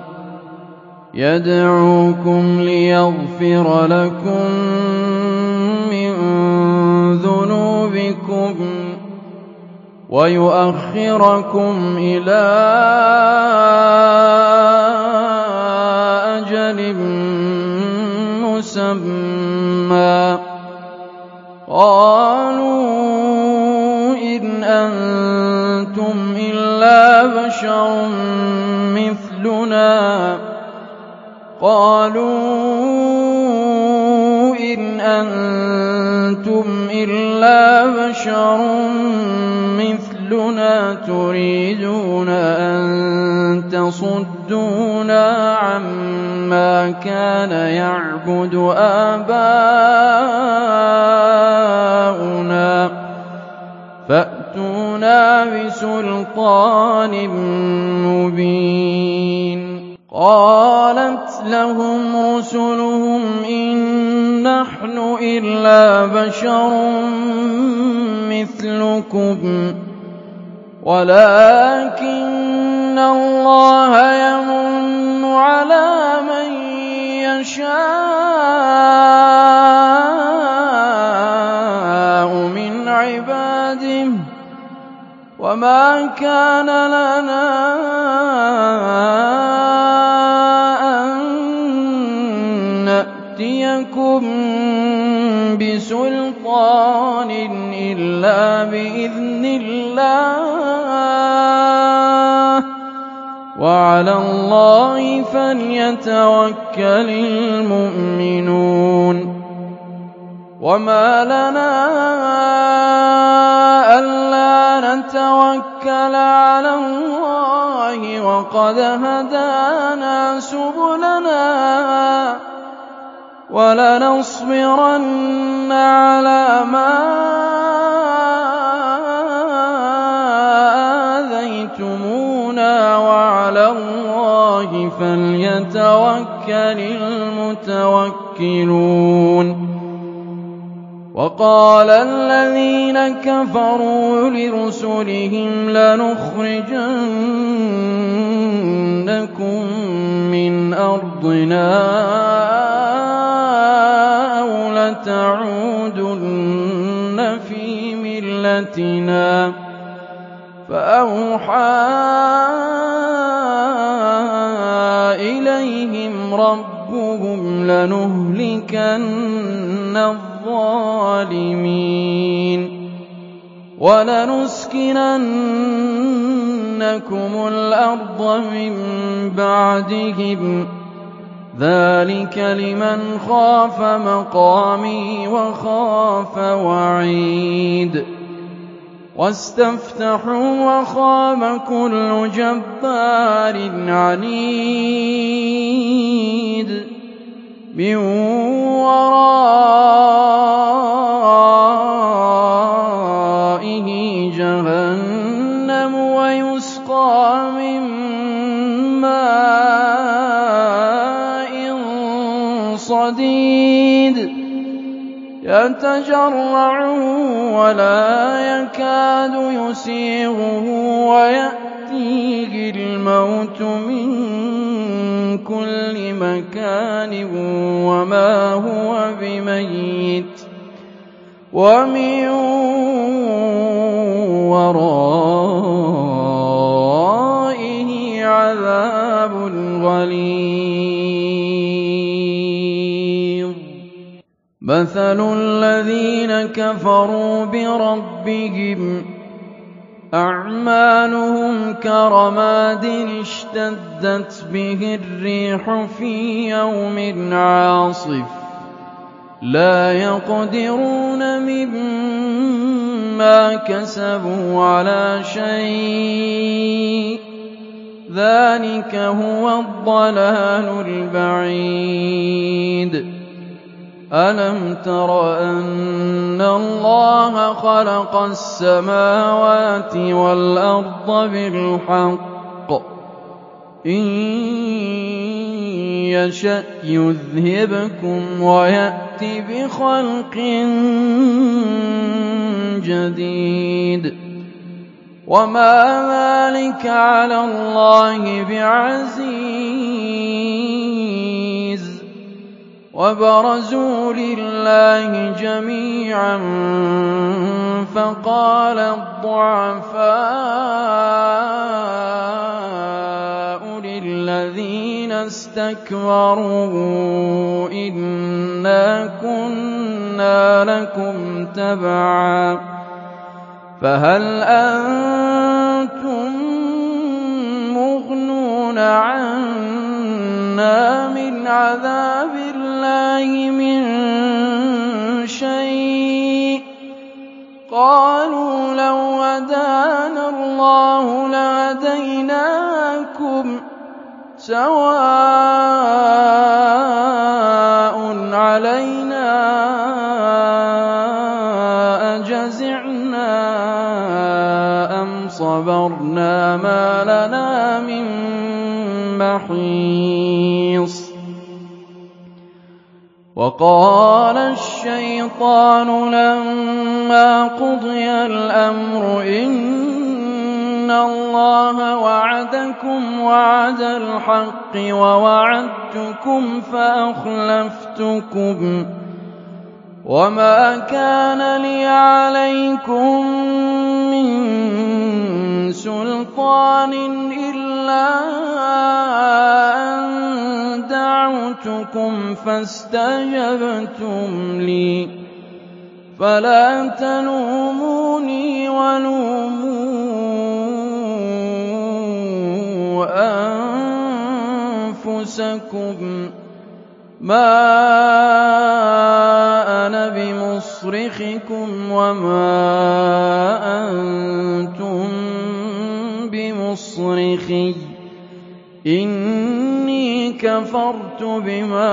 يَدْعُوكُمْ لِيَغْفِرَ لَكُم مِّن ذُنُوبِكُمْ وَيُؤَخِّرَكُمْ إِلَىٰ أَجَلٍ مُّسَمًّى قَالُوا إِنْ أَنتُمْ إِلَّا بَشَرٌ مِّثْلُنَا قَالُوا إِنْ أَنتُمْ إِلَّا بَشَرٌ مِّثْلُنَا تُرِيدُونَ أَن تَصُدُّونَا عَمَّا كَانَ يَعْبُدُ آبَاؤُنَا فَأْتُونَا بِسُلْطَانٍ مُّبِينٍ. قَالَتْ لَهُمْ رُسُلُهُمْ إِن نَّحْنُ إِلَّا بَشَرٌ مِّثْلُكُمْ وَلَٰكِنَّ اللَّهَ يَمُنُّ عَلَىٰ مَن يَشَاءُ مِنْ عِبَادِهِ وَمَا كَانَ لَنَا أَن نَّأْتِيَكُم بِسُلْطَانٍ إِلَّا بِإِذْنِ اللَّهِ وعلى الله فليتوكل المؤمنون وما لنا ألا نتوكل على الله وقد هدانا سبلنا ولنصبرن على ما آذيتمونا وعلى الله فليتوكل المتوكلون وقال الذين كفروا لرسلهم لنخرجنكم من أرضنا أو لتعودن في ملتنا فأوحى إليهم ربهم لنهلكن الظالمين ولنسكننكم الأرض من بعدهم ذلك لمن خاف مقامي وخاف وعيد واستفتحوا وخاب كل جبار عنيد من ورائه جهنم ويسقى من ماء صديد يتجرعه ولا يكاد يسيغه ويأتيه الموت من كل مكان وما هو بميت ومن ورائه عذاب غليظ مثل الذين كفروا بربهم أعمالهم كرماد اشتدت به الريح في يوم عاصف لا يقدرون مما كسبوا على شيء ذلك هو الضلال البعيد ألم تر أن الله خلق السماوات والأرض بالحق إن يشأ يذهبكم ويأت بخلق جديد وما ذلك على الله بعزيز وبرزوا لله جميعا فقال الضعفاء للذين استكبروا إنا كنا لكم تبعا فهل أنتم مغنون عنا من عذاب الله من شيء قالوا لو هدانا الله لهديناكم سواء علينا أجزعنا أم صبرنا ما لنا من محيص وقال الشيطان لما قضي الأمر إن الله وعدكم وعد الحق ووعدتكم فأخلفتكم وما كان لي عليكم من سلطان إلا أن دعوتكم فاستجبتم لي فلا تلوموني ولوموا أَنفُسَكُمْ مَا أَنَا بِمُصْرِخِكُمْ وَمَا أَنتُم بِمُصْرِخِيَّ إِنِّي كَفَرْتُ بِمَا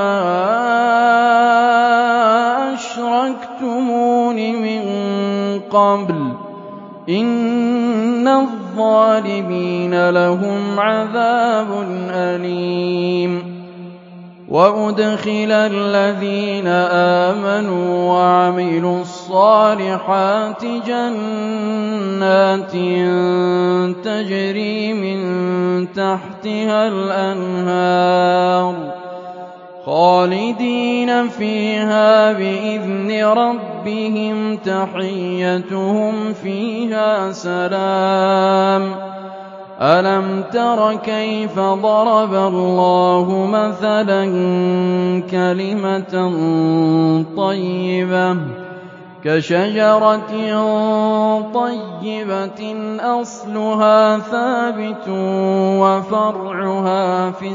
أَشْرَكْتُمُونِ مِن قَبْلُ إِنَّ الظَّالِمِينَ لَهُمْ عَذَابٌ أَلِيمٌ وَأُدْخِلَ الَّذِينَ آمَنُوا وَعَمِلُوا الصَّالِحَاتِ جَنَّاتٍ تَجْرِي مِن تَحْتِهَا الْأَنْهَارُ خَالِدِينَ فِيهَا بِإِذْنِ رَبِّهِمْ تَحِيَّتُهُمْ فِيهَا سَلَامٌ أَلَمْ تَرَ كَيْفَ ضَرَبَ اللَّهُ مَثَلًا كَلِمَةً طَيِّبَةً كَشَجَرَةٍ طَيِّبَةٍ أَصْلُهَا ثَابِتٌ وَفَرْعُهَا فِي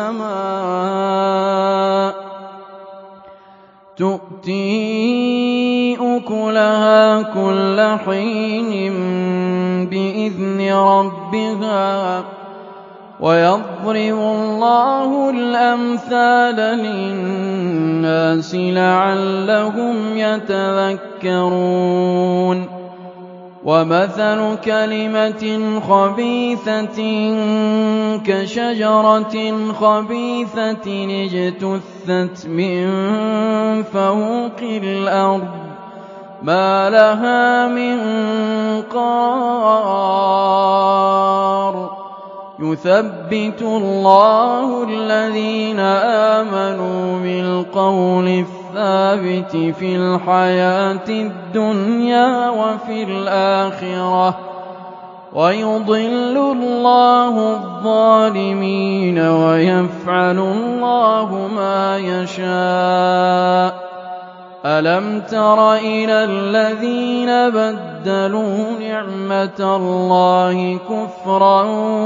السَّمَاءِ تُؤْتِي أُكُلَهَا كُلَّ حِينٍ بِإِذْنِ رَبِّهَا وَيَضْرِبُ اللَّهُ الْأَمْثَالَ لِلنَّاسِ لَعَلَّهُمْ يَتَذَكَّرُونَ وَمَثَلُ كَلِمَةٍ خَبِيثَةٍ كَشَجَرَةٍ خَبِيثَةٍ اجْتُثَّتْ مِن فَوْقِ الْأَرْضِ مَا لَهَا مِن قَرَارٍ يُثَبِّتُ اللَّهُ الَّذِينَ آمَنُوا بِالْقَوْلِ الثَّابِتِ فِي الْحَيَاةِ الدُّنْيَا وَفِي الْآخِرَةِ وَيُضِلُّ اللَّهُ الظَّالِمِينَ وَيَفْعَلُ اللَّهُ مَا يَشَاءُ أَلَمْ تَرَ إِلَى الَّذِينَ بَدَّلُوا نِعْمَةَ اللَّهِ كُفْرًا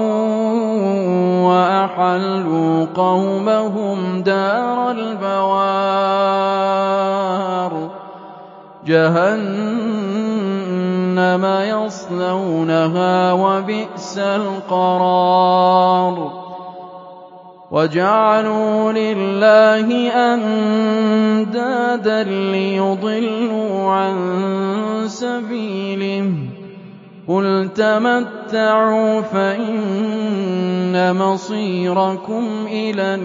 وَأَحَلُّوا قَوْمَهُمْ دَارَ الْبَوَارِ جَهَنَّمَ يَصْلَوْنَهَا وَبِئْسَ الْقَرَارُ وَجَعَلُوا لِلَّهِ أَندَادًا لِّيُضِلُّوا عَن سَبِيلِهِ قُلْ تَمَتَّعُوا فَإِنَّ مَصِيرَكُمْ إِلَى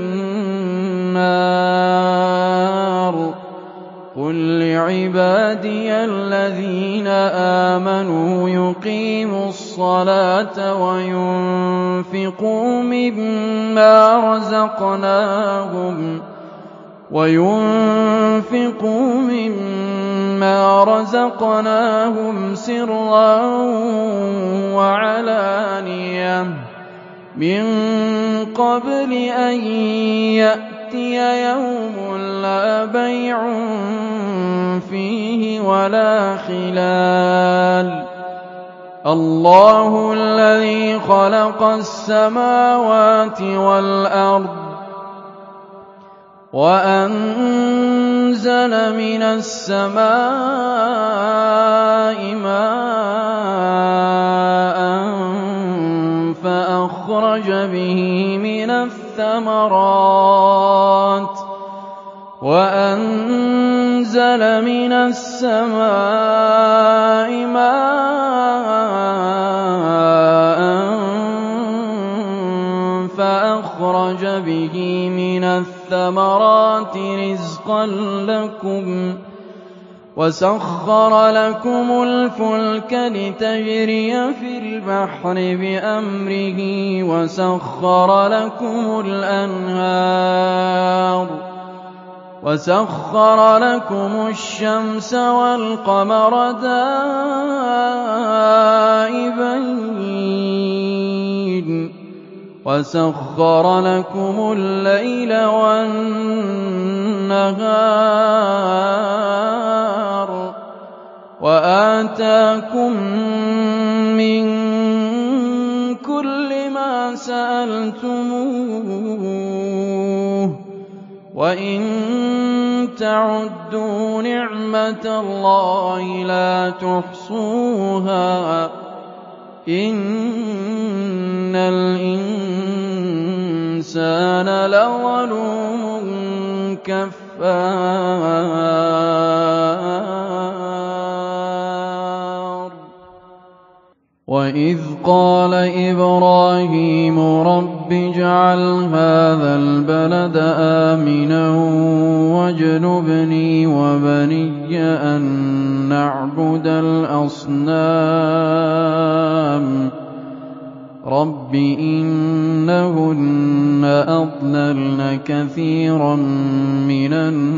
النَّارِ قُل لِّعِبَادِيَ الَّذِينَ آمَنُوا يُقِيمُوا الصَّلَاةَ وَيُنفِقُوا مِمَّا رَزَقْنَاهُمْ وَيُنفِقُوا مِمَّا رَزَقْنَاهُمْ سِرًّا وَعَلَانِيَةً مِّن قَبْلِ أَن يَأْتِيَ يَوْمٌ لَّا بَيْعٌ فِيهِ وَلَا خِلَالٌ اللَّهُ الَّذِي خَلَقَ السَّمَاوَاتِ وَالْأَرْضَ وَأَنزَلَ مِنَ السَّمَاءِ مَاءً فَأَخْرَجَ بِهِ مِنَ الثَّمَرَاتِ وَأَنزَلَ مِنَ السَّمَاءِ مَاءً فَأَخْرَجَ بِهِ مِنَ الثَّمَرَاتِ رِزْقًا لَّكُمْ وَسَخَّرَ لَكُمُ الْفُلْكَ لِتَجْرِيَ فِي الْبَحْرِ بِأَمْرِهِ وَسَخَّرَ لَكُمُ الْأَنْهَارَ وَسَخَّرَ لَكُمُ الشَّمْسَ وَالْقَمَرَ دَائِبَيْنِ وَسَخَّرَ لَكُمُ اللَّيْلَ وَالنَّهَارَ وَآتَاكُم مِّن كُلِّ مَا سَأَلْتُمُوهُ أَقْسَمْتُمُوهُ وَإِن تَعُدُّوا نِعْمَةَ اللَّهِ لَا تُحْصُوهَا إِنَّ الْإِنسَانَ لَظَلُومٌ كَفَّارٌ وَإِذْ قَالَ إِبْرَاهِيمُ رَبِّ اجْعَلْ هَٰذَا الْبَلَدَ آمِنًا وَاجْنُبْنِي وَبَنِيَّ أَن نَّعْبُدَ الْأَصْنَامَ رَبِّ إِنَّهُنَّ أَضْلَلْنَ كَثِيرًا مِّنَ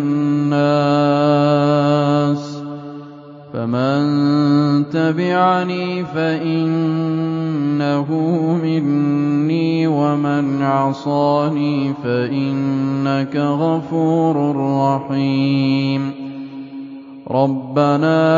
النَّاسِ فَمَن تَبِعَنِي فَإِنَّهُ مِنِّي وَمَنْ عَصَانِي فَإِنَّكَ غَفُورٌ رَّحِيمٌ رَبَّنَا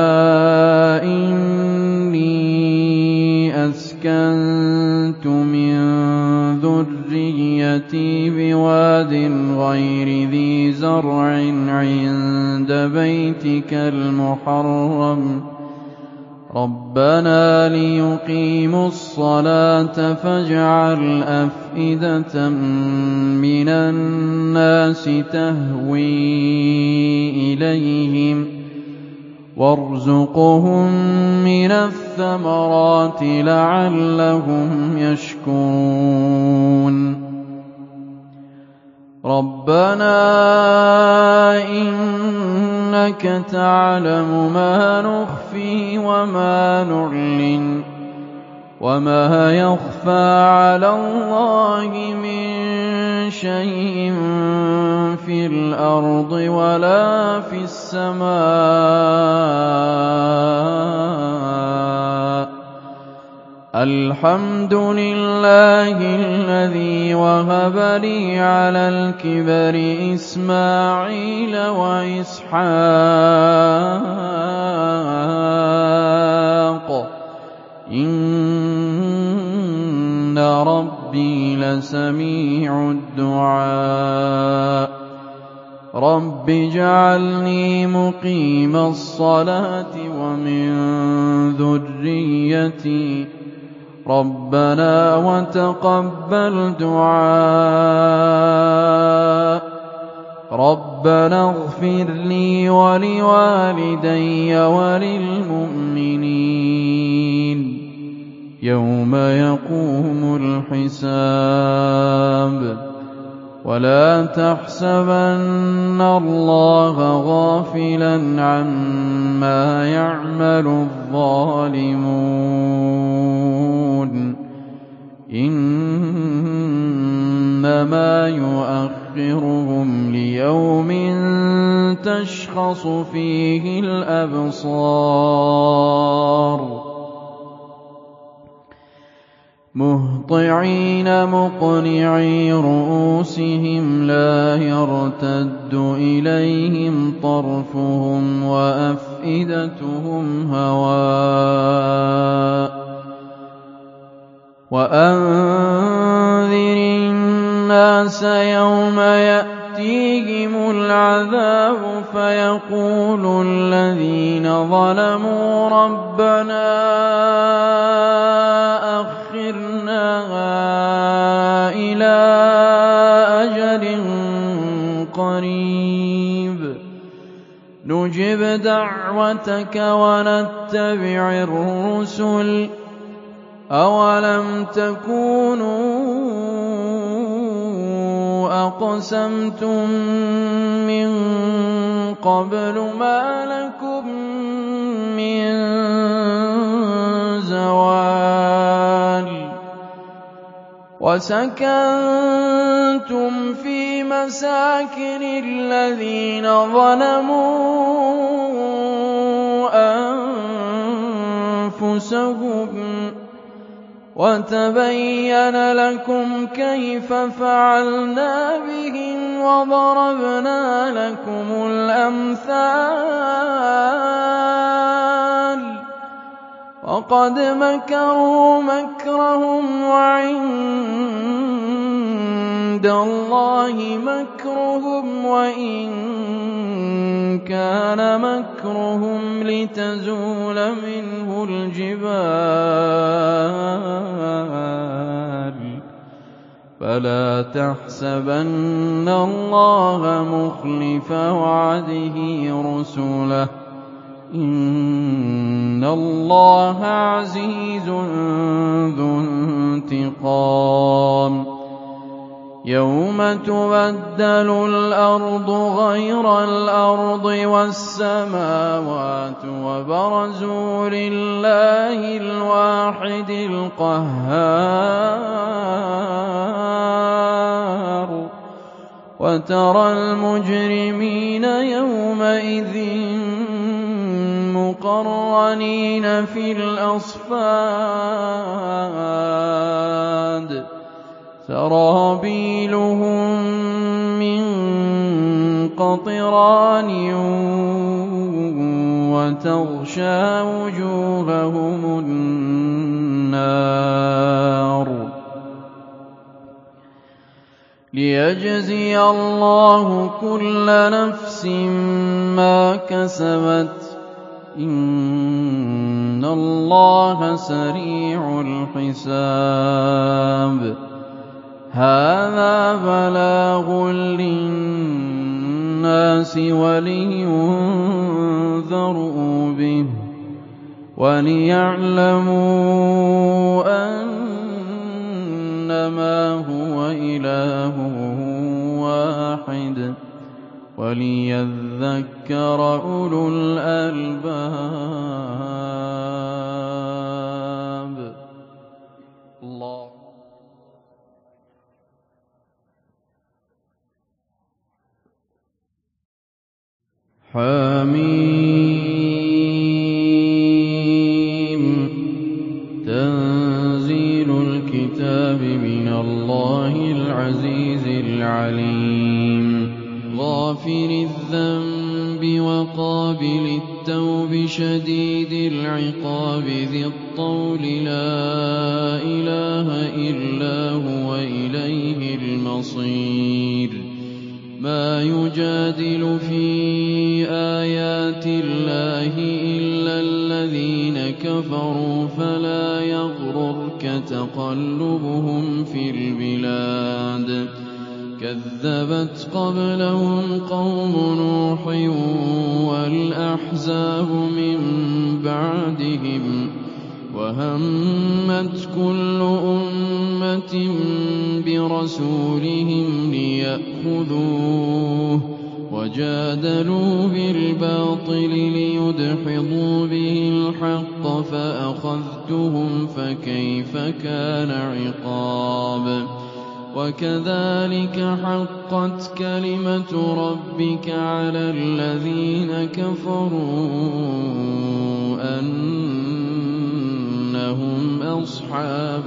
إِنِّي أَسْكَنتُ مِن ذُرِّيَّتِي بِوَادٍ غَيْرِ ذِي زَرْعٍ عِندَ بَيْتِكَ الْمُحَرَّمِ رَبَّنَا لِيُقِيمُوا الصَّلَاةَ فَاجْعَلْ أَفْئِدَةً مِّنَ النَّاسِ تَهْوِي إِلَيْهِمْ وَارْزُقْهُم مِّنَ الثَّمَرَاتِ لَعَلَّهُمْ يَشْكُرُونَ رَبَّنَا إِنَّكَ تَعْلَمُ مَا نُخْفِي وَمَا نُعْلِنُ وَمَا يَخْفَىٰ عَلَى اللَّهِ مِن شَيْءٍ فِي الْأَرْضِ وَلَا فِي السَّمَاءِ الْحَمْدُ لِلَّهِ الَّذِي وَهَبَ لِي عَلَى الْكِبَرِ إِسْمَاعِيلَ وَإِسْحَاقَ إِنَّ رَبِّي لَسَمِيعُ الدُّعَاءِ رَبِّ اجْعَلْنِي مُقِيمَ الصَّلَاةِ وَمِن ذُرِّيَّتِي رَبَّنَا وَتَقَبَّلْ دُعَاءِ رَبَّنَا اغْفِرْ لِي وَلِوَالِدَيَّ وَلِلْمُؤْمِنِينَ يَوْمَ يَقُومُ الْحِسَابُ وَلَا تَحْسَبَنَّ اللَّهَ غَافِلًا عَمَّا يَعْمَلُ الظَّالِمُونَ إِنَّمَا يُؤَخِّرُهُمْ لِيَوْمٍ تَشْخَصُ فِيهِ الْأَبْصَارُ مُهْطِعِينَ مُقْنِعِي رُءُوسِهِمْ لَا يَرْتَدُّ إِلَيْهِمْ طَرْفُهُمْ وَأَفْئِدَتُهُمْ هَوَاءٌ وَأَنذِرِ النَّاسَ يَوْمَ يَأْتِيهِمُ الْعَذَابُ فَيَقُولُ الَّذِينَ ظَلَمُوا رَبَّنَا أَخِّرْنَا إِلَىٰ أَجَلٍ قَرِيبٍ نُّجِبْ دَعْوَتَكَ وَنَتَّبِعِ الرُّسُلَ أَوَلَمْ تَكُونُوا أَقْسَمْتُم مِّن قَبْلُ مَا لَكُم مِّن زَوَالٍ وَسَكَنتُمْ فِي مَسَاكِنِ الَّذِينَ ظَلَمُوا أَنفُسَهُمْ وَتَبَيَّنَ لَكُمْ كَيْفَ فَعَلْنَا بِهِمْ وَضَرَبْنَا لَكُمُ الْأَمْثَالَ وَقَدْ مَكَرُوا مَكْرَهُمْ وَعِندَ عِندَ اللَّهِ مَكْرُهُمْ وَإِن كَانَ مَكْرُهُمْ لِتَزُولَ مِنْهُ الْجِبَالُ فَلَا تَحْسَبَنَّ اللَّهَ مُخْلِفَ وَعْدِهِ رُسُلَهُ ۗ إِنَّ اللَّهَ عَزِيزٌ ذُو انتِقَامٍ يَوْمَ تُبَدَّلُ الْأَرْضُ غَيْرَ الْأَرْضِ وَالسَّمَاوَاتُ وَبَرَزُوا لِلَّهِ الْوَاحِدِ الْقَهَّارِ وَتَرَى الْمُجْرِمِينَ يَوْمَئِذٍ مُّقَرَّنِينَ فِي الْأَصْفَادِ سَرَابِيلُهُم مِّن قَطِرَانٍ وَتَغْشَىٰ وُجُوهَهُمُ النَّارُ لِيَجْزِيَ اللَّهُ كُلَّ نَفْسٍ مَّا كَسَبَتْ ۚ إِنَّ اللَّهَ سَرِيعُ الْحِسَابِ هَٰذَا بَلَاغٌ لِّلنَّاسِ وَلِيُنذَرُوا بِهِ وَلِيَعْلَمُوا أَنَّمَا هُوَ إِلَٰهٌ وَاحِدٌ وَلِيَذَّكَّرَ أُولُو الْأَلْبَابِ. الله حميم تنزيل الكتاب من الله العزيز العليم غافر الذنب وقابل التوب شديد العقاب ذي الطول لا إله إلا هو إليه المصير ما يجادل في آيات الله إلا الذين كفروا فلا يغررك تقلبهم في البلاد كذبت قبلهم قوم نوح والأحزاب من بعدهم وهمت كل أمة برسولهم ليأخذوه وجادلوا بالباطل ليدحضوا به الحق فأخذتهم فكيف كان عقاب وكذلك حقت كلمة ربك على الذين كفروا أنهم أصحاب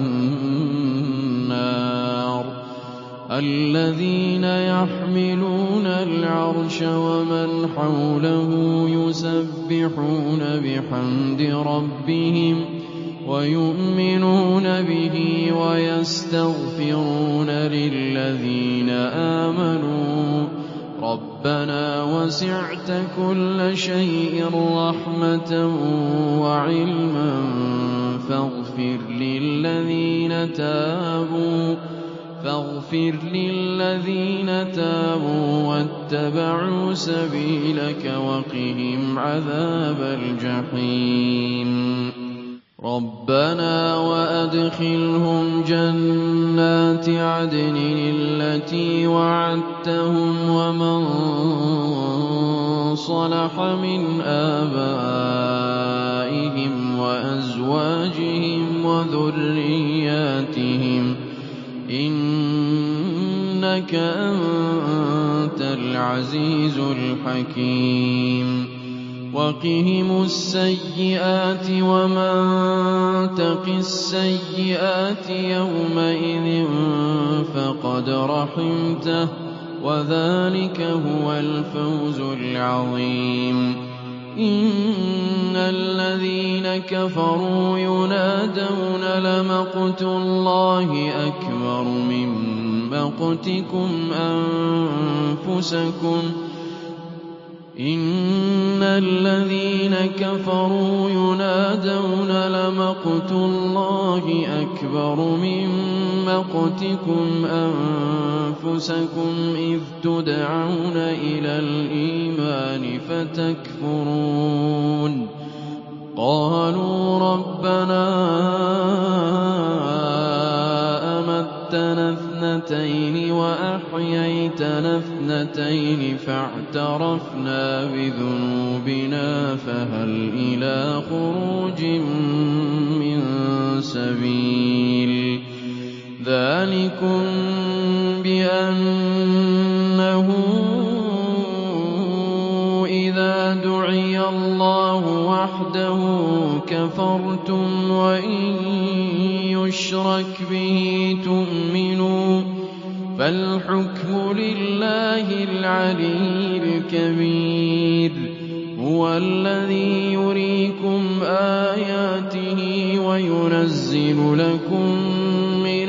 النار الذين يحملون العرش ومن حوله يسبحون بحمد ربهم ويؤمنون به ويستغفرون للذين آمنوا ربنا وسعت كل شيء رحمة وعلما فاغفر للذين تابوا فاغفر للذين تابوا واتبعوا سبيلك وقهم عذاب الجحيم ربنا وأدخلهم جنات عدن التي وعدتهم ومن صلح من آبائهم وأزواجهم وذرياتهم إنك أنت العزيز الحكيم وقهم السيئات ومن تق السيئات يومئذ فقد رحمته وذلك هو الفوز العظيم إن الذين كفروا ينادون لمقت الله أكبر من مَقْتِكُمْ أَنفُسَكُمْ إِنَّ الَّذِينَ كَفَرُوا يُنَادَوْنَ لَمَقْتُ اللَّهِ أَكْبَرُ مِن مَّقْتِكُمْ أَنفُسَكُمْ إِذْ تُدْعَوْنَ إِلَى الْإِيمَانِ فَتَكْفُرُونَ قَالُوا رَبَّنَا أَمَتَّنَا اثْنَتَيْنِ وَأَحْيَيْتَنَا اثْنَتَيْنِ فَاعْتَرَفْنَا بِذُنُوبِنَا فَهَلْ إِلَىٰ خُرُوجٍ مِّن سَبِيلٍ ذَٰلِكُم بِأَنَّهُ إِذَا دُعِيَ اللَّهُ وَحْدَهُ كَفَرْتُمْ وَإِن يُشْرَكْ بِهِ تُؤْمِنُوا فَالْحُكْمُ لِلَّهِ الْعَلِيِّ الْكَبِيرِ هُوَ الَّذِي يُرِيكُمْ آيَاتِهِ وَيُنَزِّلُ لَكُم مِّنَ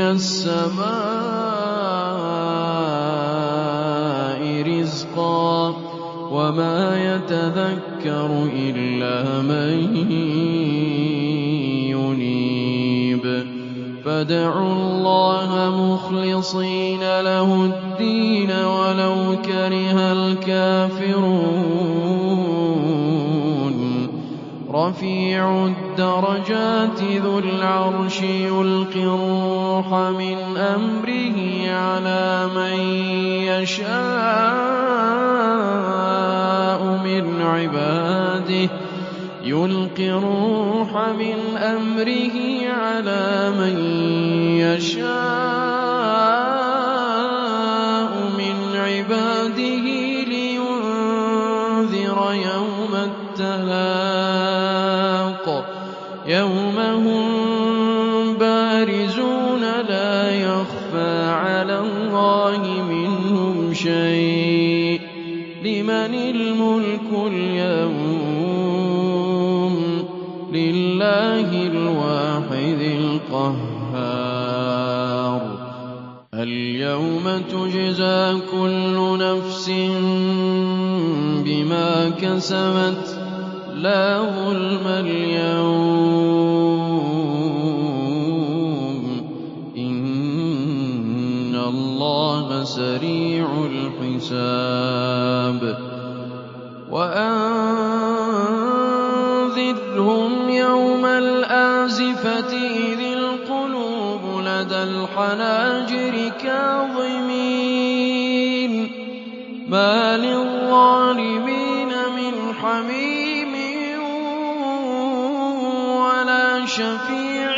السَّمَاءِ رِزْقًا وَمَا يَتَذَكَّرُ إِلَّا مَن يُنِيبُ فَادْعُوا اللَّهَ مُخْلِصِينَ لَهُ الدِّينَ وَلَوْ كَرِهَ الْكَافِرُونَ رَفِيعُ الدَّرَجَاتِ ذُو الْعَرْشِ يُلْقِي الرُّوحَ مِنْ أَمْرِهِ عَلَىٰ مَن يَشَاءُ مِنْ عِبَادِهِ يُلْقِي الرُّوحَ مِنْ أَمْرِهِ عَلَىٰ مَن يَشَاءُ مِنْ عِبَادِهِ لِيُنذِرَ يَوْمَ التَّلَاقِ يَوْمَ هُم بَارِزُونَ لَا يَخْفَىٰ عَلَى اللَّهِ مِنْهُمْ شَيْءٌ لِّمَنِ الْمُلْكُ الْيَوْمَ لِلَّهِ الْوَاحِدِ الْقَهَّارِ الْيَوْمَ تُجْزَىٰ كُلُّ نَفْسٍ بِمَا كَسَبَتْ لَا ظُلْمَ الْيَوْمَ إِنَّ اللَّهَ سَرِيعُ الْحِسَابِ وَأَنذِرْهُمْ يَوْمَ الْآزِفَةِ إِذِ الْقُلُوبُ لَدَى الْحَنَاجِرِ كَاظِمِينَ مَا لِلظَّالِمِينَ مِنْ حَمِيمٍ وَلَا شَفِيعٍ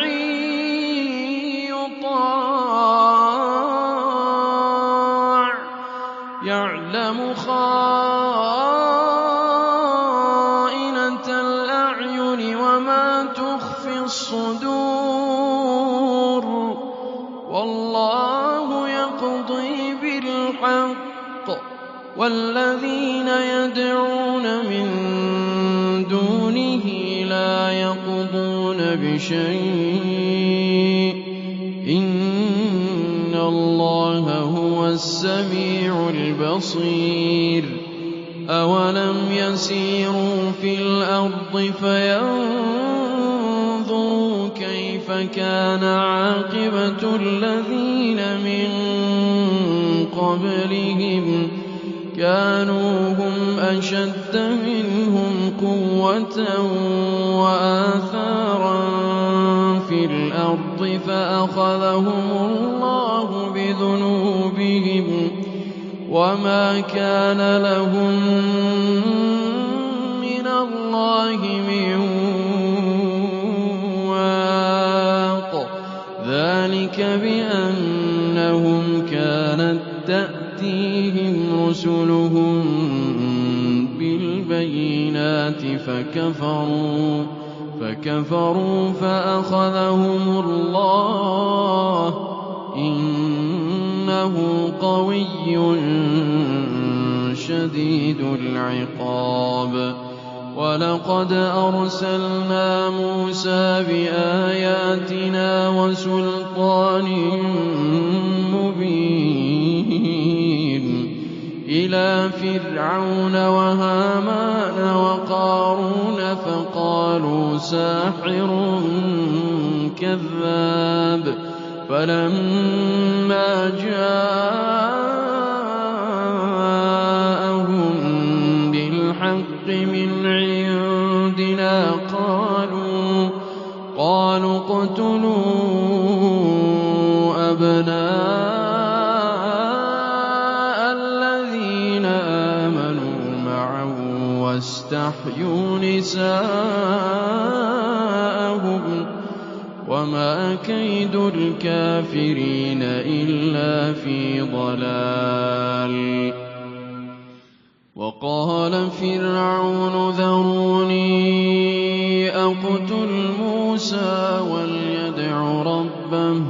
يُطَاعُ يَعْلَمُ خَائِنَةَ الْأَعْيُنِ وَمَا تُخْفِي الصُّدُورُ وَاللَّهُ يَقْضِي بِالْحَقِّ وَالَّذِينَ يَدْعُونَ مِن دُونِهِ لَا يَقْضُونَ بِشَيْءٍ إِنَّ اللَّهَ هُوَ السَّمِيعُ الْبَصِيرُ أَوَلَمْ يَسِيرُوا فِي الْأَرْضِ فَيَنظُرُوا كَيْفَ كَانَ عَاقِبَةُ الَّذِينَ مِن قَبْلِهِمْ كَانُوا هُمْ أَشَدَّ مِنْهُمْ قُوَّةً وَآثَارًا فِي الْأَرْضِ فَأَخَذَهُمُ اللَّهُ بِذُنُوبِهِمْ وَمَا كَانَ لَهُم مِّنَ اللَّهِ مِن وَاقٍ ذَٰلِكَ بِأَنَّهُمْ كَانَت تَّأْتِيهِمْ رُسُلُهُم بِالْبَيِّنَاتِ فَكَفَرُوا فَكَفَرُوا فَأَخَذَهُمُ اللَّهُ إِنَّهُ قَوِيٌّ شَدِيدُ الْعِقَابِ وَلَقَدْ أَرْسَلْنَا مُوسَىٰ بِآيَاتِنَا وَسُلْطَانٍ مُّبِينٍ إِلَىٰ فِرْعَوْنَ وَهَامَانَ وَقَارُونَ فَقَالُوا سَاحِرٌ كَذَّابٌ فَلَمَّا جَاءَهُم بِالْحَقِّ مِنْ عِندِنَا قَالُوا اقْتُلُوا أَبْنَاءَ الَّذِينَ آمَنُوا مَعَهُ وَاسْتَحْيُوا نِسَاءَهُمْ ۚ وَمَا كَيْدُ الْكَافِرِينَ إِلَّا فِي ضَلَالٍ. وَقَالَ فِرْعَوْنُ ذَرُونِي أَقْتُلْ مُوسَىٰ وَلْيَدْعُ رَبَّهُ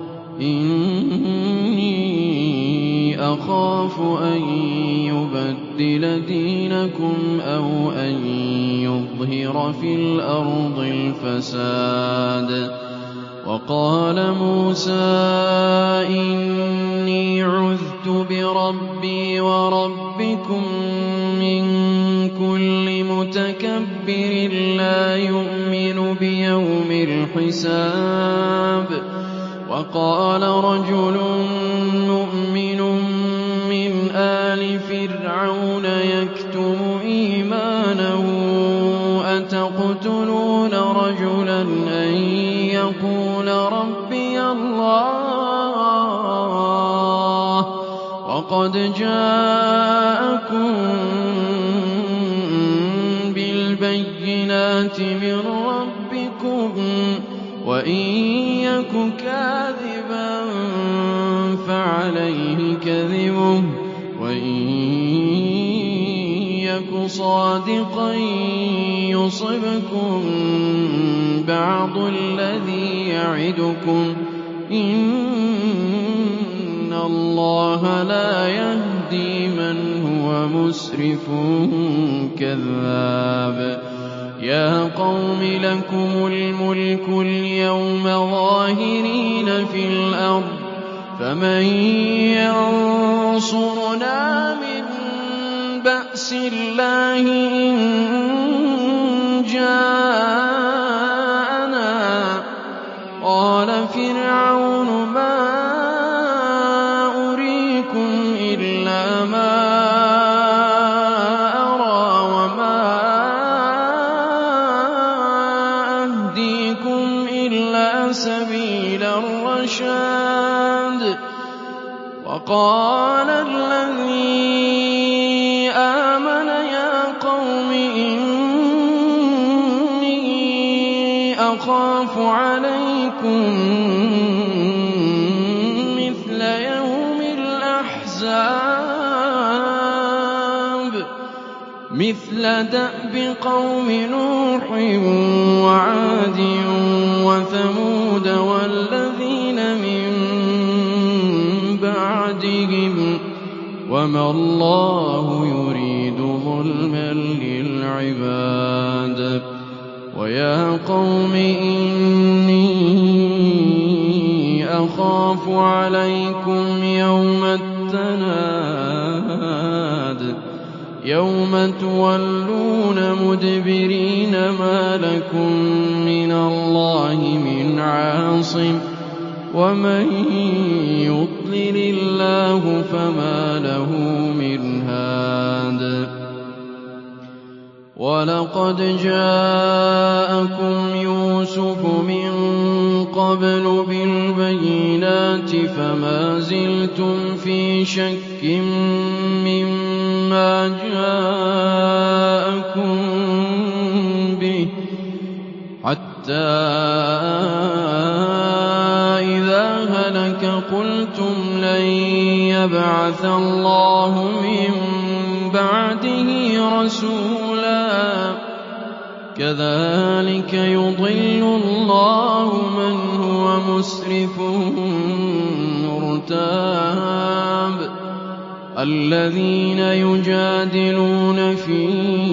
إِنِّي أَخَافُ أَن يُبَدِّلَ دِينَكُمْ أَوْ أَن يُظْهِرَ فِي الْأَرْضِ الْفَسَادَ. وَقَالَ مُوسَىٰ إِنِّي عُذْتُ بِرَبِّي وَرَبِّكُم مِّن كُلِّ مُتَكَبِّرٍ لَّا يُؤْمِنُ بِيَوْمِ الْحِسَابِ. وَقَالَ رَجُلٌ مُّؤْمِنٌ مِّنْ آلِ فِرْعَوْنَ يَكْتُمُ إِيمَانَهُ أَتَقْتُلُونَ رَجُلًا أَن يَقُولَ رَبِّيَ اللَّهُ وَقَدْ جَاءَكُم بِالْبَيِّنَاتِ مِن رَّبِّكُمْ ۖ وَإِن يَكُ كَاذِبًا فَعَلَيْهِ كَذِبُهُ وَإِن يَكُ صَادِقًا يُصِبْكُم بَعْضُ الَّذِي يَعِدُكُمْ ۖ إِنَّ اللَّهَ لَا يَهْدِي مَنْ هُوَ مُسْرِفٌ كَذَّابٌ. يَا قَوْمِ لَكُمُ الْمُلْكُ الْيَوْمَ ظَاهِرِينَ فِي الْأَرْضِ فَمَن يَنصُرُنَا مِن بَأْسِ اللَّهِ إِن جَاءَنَا. قَالَ فِرْعَوْنُ مَا أُرِيكُمْ إِلَّا مَا أَرَىٰ وَمَا أَهْدِيكُمْ إِلَّا سَبِيلَ الرَّشَادِ. وَقَالَ الَّذِي آمَنَ يَا قَوْمِ إِنِّي أَخَافُ عَلَيْكُم مِّثْلَ يَوْمِ الْأَحْزَابِ مِثْلَ دَأْبِ قَوْمِ نُوحٍ وَعَادٍ وَثَمُودَ وَالَّذِينَ مِن بَعْدِهِمْ ۚ وَمَا اللَّهُ يُرِيدُ ظُلْمًا لِّلْعِبَادِ. وَيَا قَوْمِ إِنِّي أَخَافُ عَلَيْكُمْ يَوْمَ التَّنَادِ يَوْمَ تُوَلُّونَ مُدْبِرِينَ مَا لَكُم مِّنَ اللَّهِ مِنْ عَاصِمٍ وَمَن يُضْلِلِ اللَّهُ فَمَا لَهُ مِنْ هَادٍ. وَلَقَدْ جَاءَكُمْ يُوسُفُ مِن قَبْلُ بِالْبَيِّنَاتِ فَمَا زِلْتُمْ فِي شَكٍّ مِّمَّا جَاءَكُم بِهِ حَتَّىٰ إِذَا هَلَكَ قُلْتُمْ لَن يَبْعَثَ اللَّهُ مِن بَعْدِهِ رَسُولًا كَذَٰلِكَ يُضِلُّ اللَّهُ مَنْ هُوَ مُسْرِفٌ مُّرْتَابٌ. الذين يجادلون في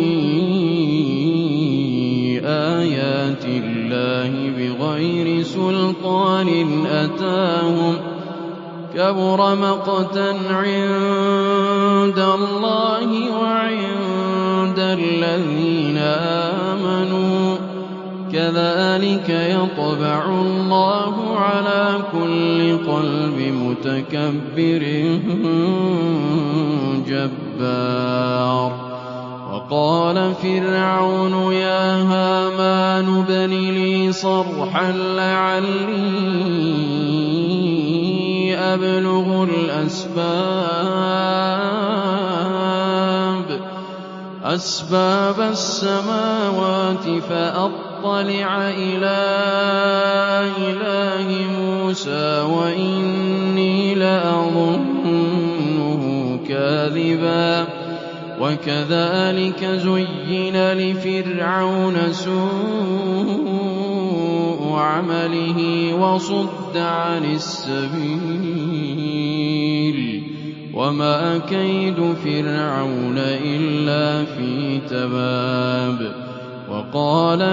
آيات الله بغير سلطان أتاهم كبر مقتا عند الله وعند الذين آمنوا كذلك يطبع الله على كل قلب متكبر جبار. وقال فرعون يا هامان ابن لي صرحا لعلي أبلغ الأسباب أسباب السماوات فأطلع إلى إله موسى وإني لأظنه كاذبا. وكذلك زين لفرعون سوء عمله وصد عن السبيل وما كيد فرعون إلا في تباب. وقال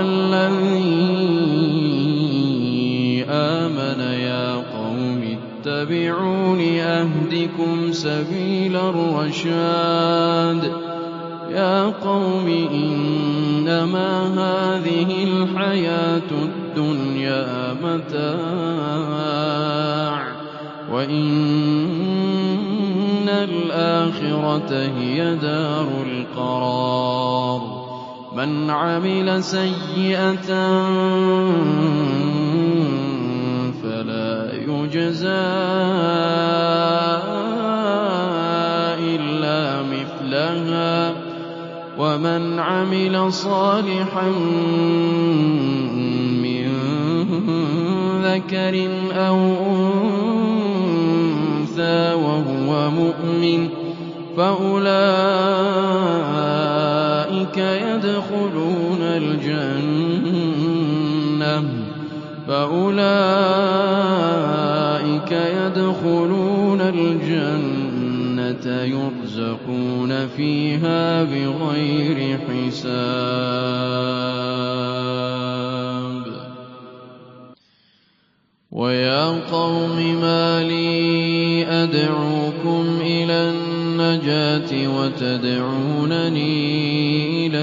الذي آمن يا قوم اتبعون أهدكم سبيل الرشاد. يا قوم إنما هذه الحياة الدنيا متاع وإن الآخرة هي دار القرار. من عمل سيئة فلا يجزى إلا مثلها ومن عمل صالحا من ذكر أو أنثى وهو مؤمن فأولئك يدخلون الجنة فأولئك يدخلون الجنة يرزقون فيها بغير حساب. ويا قوم ما لي أدعوكم إلى النجاة وتدعونني إلى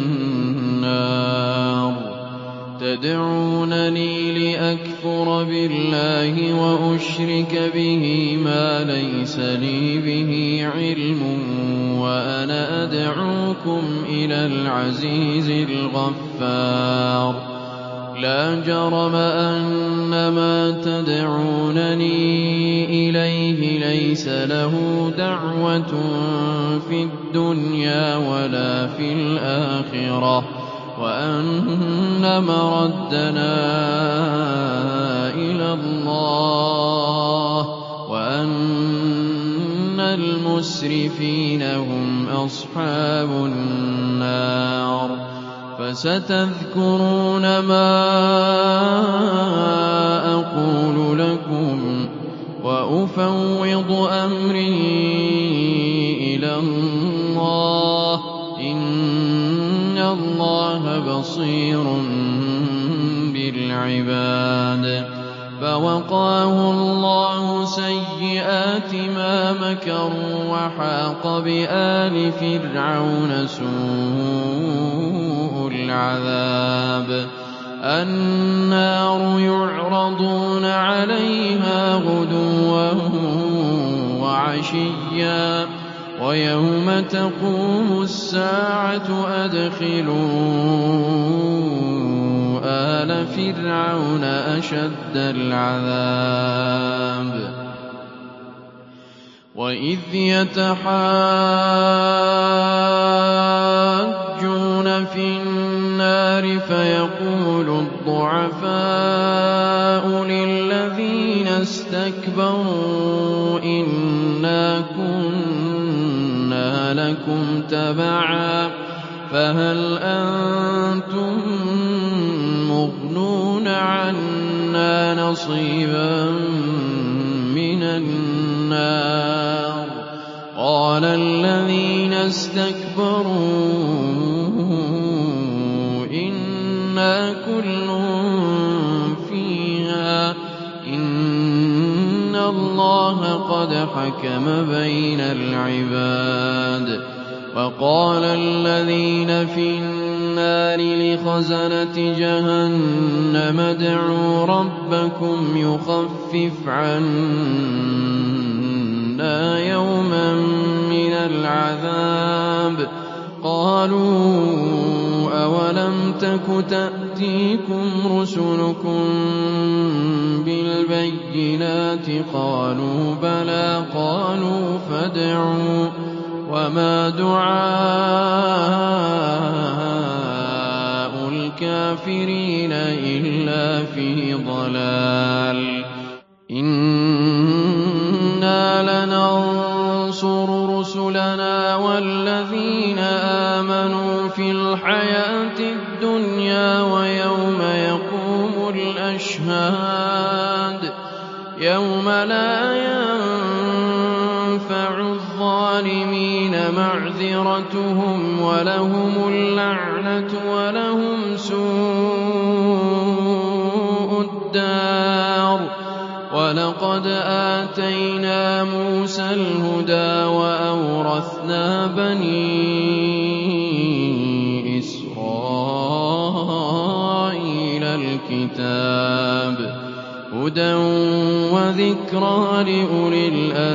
النار تدعونني لأكفر بالله وأشرك به ما ليس لي به علم وأنا أدعوكم إلى العزيز الغفار. لا جرم أن ما تدعونني إليه ليس له دعوة في الدنيا ولا في الآخرة وأن مردنا إلى الله وأن المسرفين هم أصحاب النار. فستذكرون ما أقول لكم وأفوض أمري إلى الله إن الله بصير بالعباد. فوقاه الله سيئات ما مكروا وحاق بآل فرعون سوء العذاب. النار يعرضون عليها غدوا وعشيا ويوم تقوم الساعة أدخلوا آل فرعون أشد العذاب. وإذ يتحاجون في النار فيقول الضعفاء للذين استكبروا إنا كنا لكم تبعا فهل أنتم مغنون عنا نصيبا من النار وَقَالَ الَّذِينَ اسْتَكْبَرُوا إِنَّا كُلٌّ فِيهَا إِنَّ اللَّهَ قَدْ حَكَمَ بَيْنَ الْعِبَادِ وَقَالَ الَّذِينَ فِي النَّارِ لِخَزَنَةِ جَهَنَّمَ ادْعُوا رَبَّكُمْ يُخَفِّفْ عَنَّا يَوْمًا مِّنَ الْعَذَابِ قَالُوا أَوَلَمْ تَكُ تَأْتِيكُمْ رُسُلُكُم بِالْبَيِّنَاتِ قَالُوا بَلَىٰ قَالُوا فَادْعُوا وَمَا دُعَاءُ الْكَافِرِينَ إِلَّا فِي ضَلَالٍ إِنَّا لَنَنصُرُ رُسُلَنَا وَالَّذِينَ آمَنُوا فِي الْحَيَاةِ الدُّنْيَا وَيَوْمَ يَقُومُ الْأَشْهَادُ يَوْمَ لَا يَنفَعُ الظَّالِمِينَ مَعْذِرَتُهُمْ وَلَهُمُ اللَّعْنَةُ وَلَهُمْ سُوءُ الدَّارِ وَلَقَدْ آتَيْنَا مُوسَى الْهُدَىٰ وَأَوْرَثْنَا بَنِي إِسْرَائِيلَ الْكِتَابَ هُدًى وَذِكْرَىٰ لِأُولِي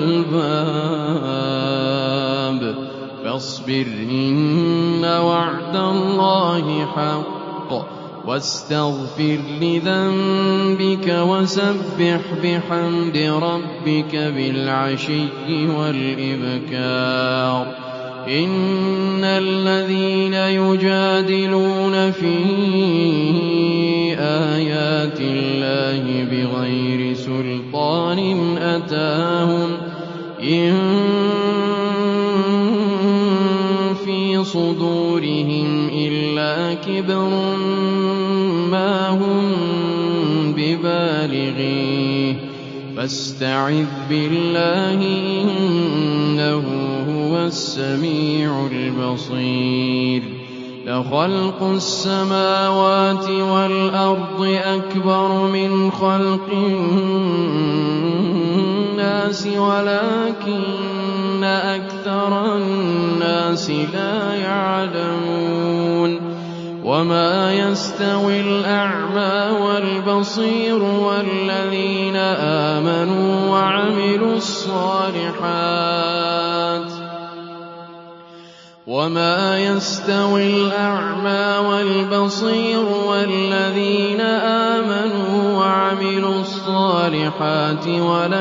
الْأَلْبَابِ فَاصْبِرْ إِنَّ وَعْدَ اللَّهِ حَقٌّ وَاسْتَغْفِرْ لِذَنبِكَ وَسَبِّحْ بِحَمْدِ رَبِّكَ بِالْعَشِيِّ وَالْإِبْكَارِ إِنَّ الَّذِينَ يُجَادِلُونَ فِي آيَاتِ اللَّهِ بِغَيْرِ سُلْطَانٍ أَتَاهُمْ إِن فِي صُدُورِهِمْ إِلَّا كِبْرٌ مَّا هُم بِبَالِغِيهِ فَاسْتَعِذْ بِاللَّهِ إِنَّهُ هُوَ السَّمِيعُ الْبَصِيرُ لَخَلْقُ السَّمَاوَاتِ وَالْأَرْضِ أَكْبَرُ مِنْ خَلْقِ النَّاسِ وَلَٰكِنَّ أَكْثَرَ النَّاسِ لَا يَعْلَمُونَ وَمَا يَسْتَوِي الْأَعْمَىٰ وَالْبَصِيرُ وَالَّذِينَ آمَنُوا وَعَمِلُوا الصَّالِحَاتِ وَمَا يَسْتَوِي الْأَعْمَىٰ وَالْبَصِيرُ وَالَّذِينَ آمَنُوا وَعَمِلُوا الصَّالِحَاتِ وَلَا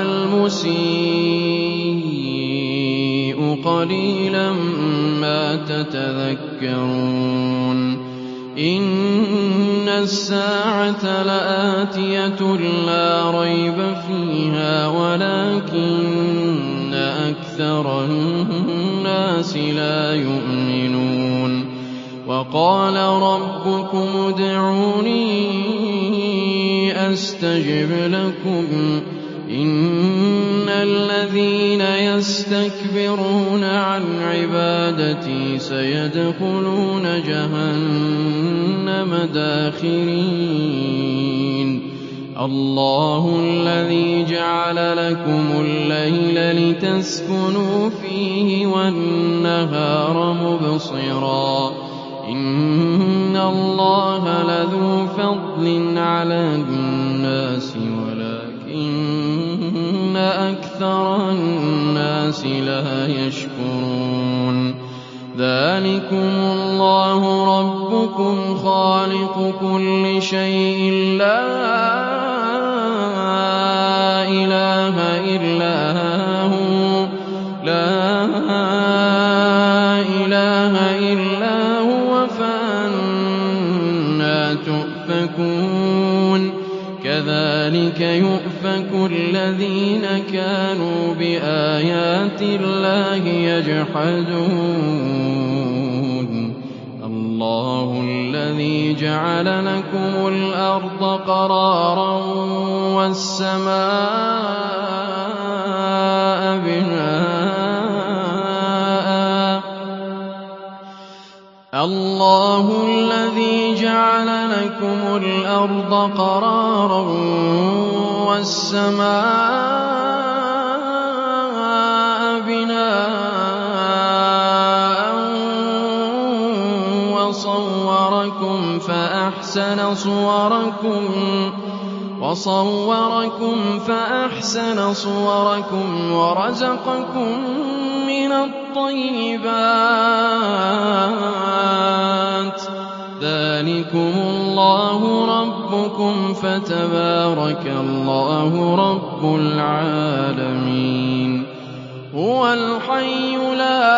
الْمُسِيءُ قَلِيلًا مَّا تَتَذَكَّرُونَ إِنَّ السَّاعَةَ لَآتِيَةٌ لَّا رَيْبَ فِيهَا وَلَٰكِنَّ أَكْثَرَ النَّاسِ لَا يُؤْمِنُونَ وَقَالَ رَبُّكُمُ ادْعُونِي أَسْتَجِبْ لَكُمْ إِنَّ الَّذِينَ يَسْتَكْبِرُونَ عَنْ عِبَادَتِي سَيَدْخُلُونَ جَهَنَّمَ دَاخِرِينَ اللَّهُ الَّذِي جَعَلَ لَكُمُ اللَّيْلَ لِتَسْكُنُوا فِيهِ وَالنَّهَارَ مُبْصِرًا إِنَّ اللَّهَ لَذُو فَضْلٍ عَلَى النَّاسِ وَلَٰكِنَّ أَكْثَرَ النَّاسِ لَا يَشْكُرُونَ ذَٰلِكُمُ اللَّهُ رَبُّكُمْ خَالِقُ كُلِّ شَيْءٍ لَّا إِلَٰهَ إِلَّا هُوَ لَا إِلَٰهَ إِلَّا هُوَ فَأَنَّىٰ تُؤْفَكُونَ كَذَٰلِكَ يُؤْفَكُ الَّذِينَ كَانُوا بِآيَاتِ اللَّهِ يَجْحَدُونَ اللَّهُ الَّذِي جَعَلَ لَكُمُ الْأَرْضَ قَرَارًا وَالسَّمَاءَ بِنَاءً اللَّهُ الَّذِي جَعَلَ لَكُمُ الْأَرْضَ قَرَارًا وَالسَّمَاءَ بِنَاءً وَصَوَّرَكُمْ فَأَحْسَنَ صُوَرَكُمْ وَصَوَّرَكُمْ فَأَحْسَنَ صُوَرَكُمْ وَرَزَقَكُم مِّنَ الطَّيِّبَاتِ ۚ ذَٰلِكُمُ اللَّهُ رَبُّكُمْ فَتَبَارَكَ اللَّهُ رَبُّ الْعَالَمِينَ هُوَ الْحَيُّ لَا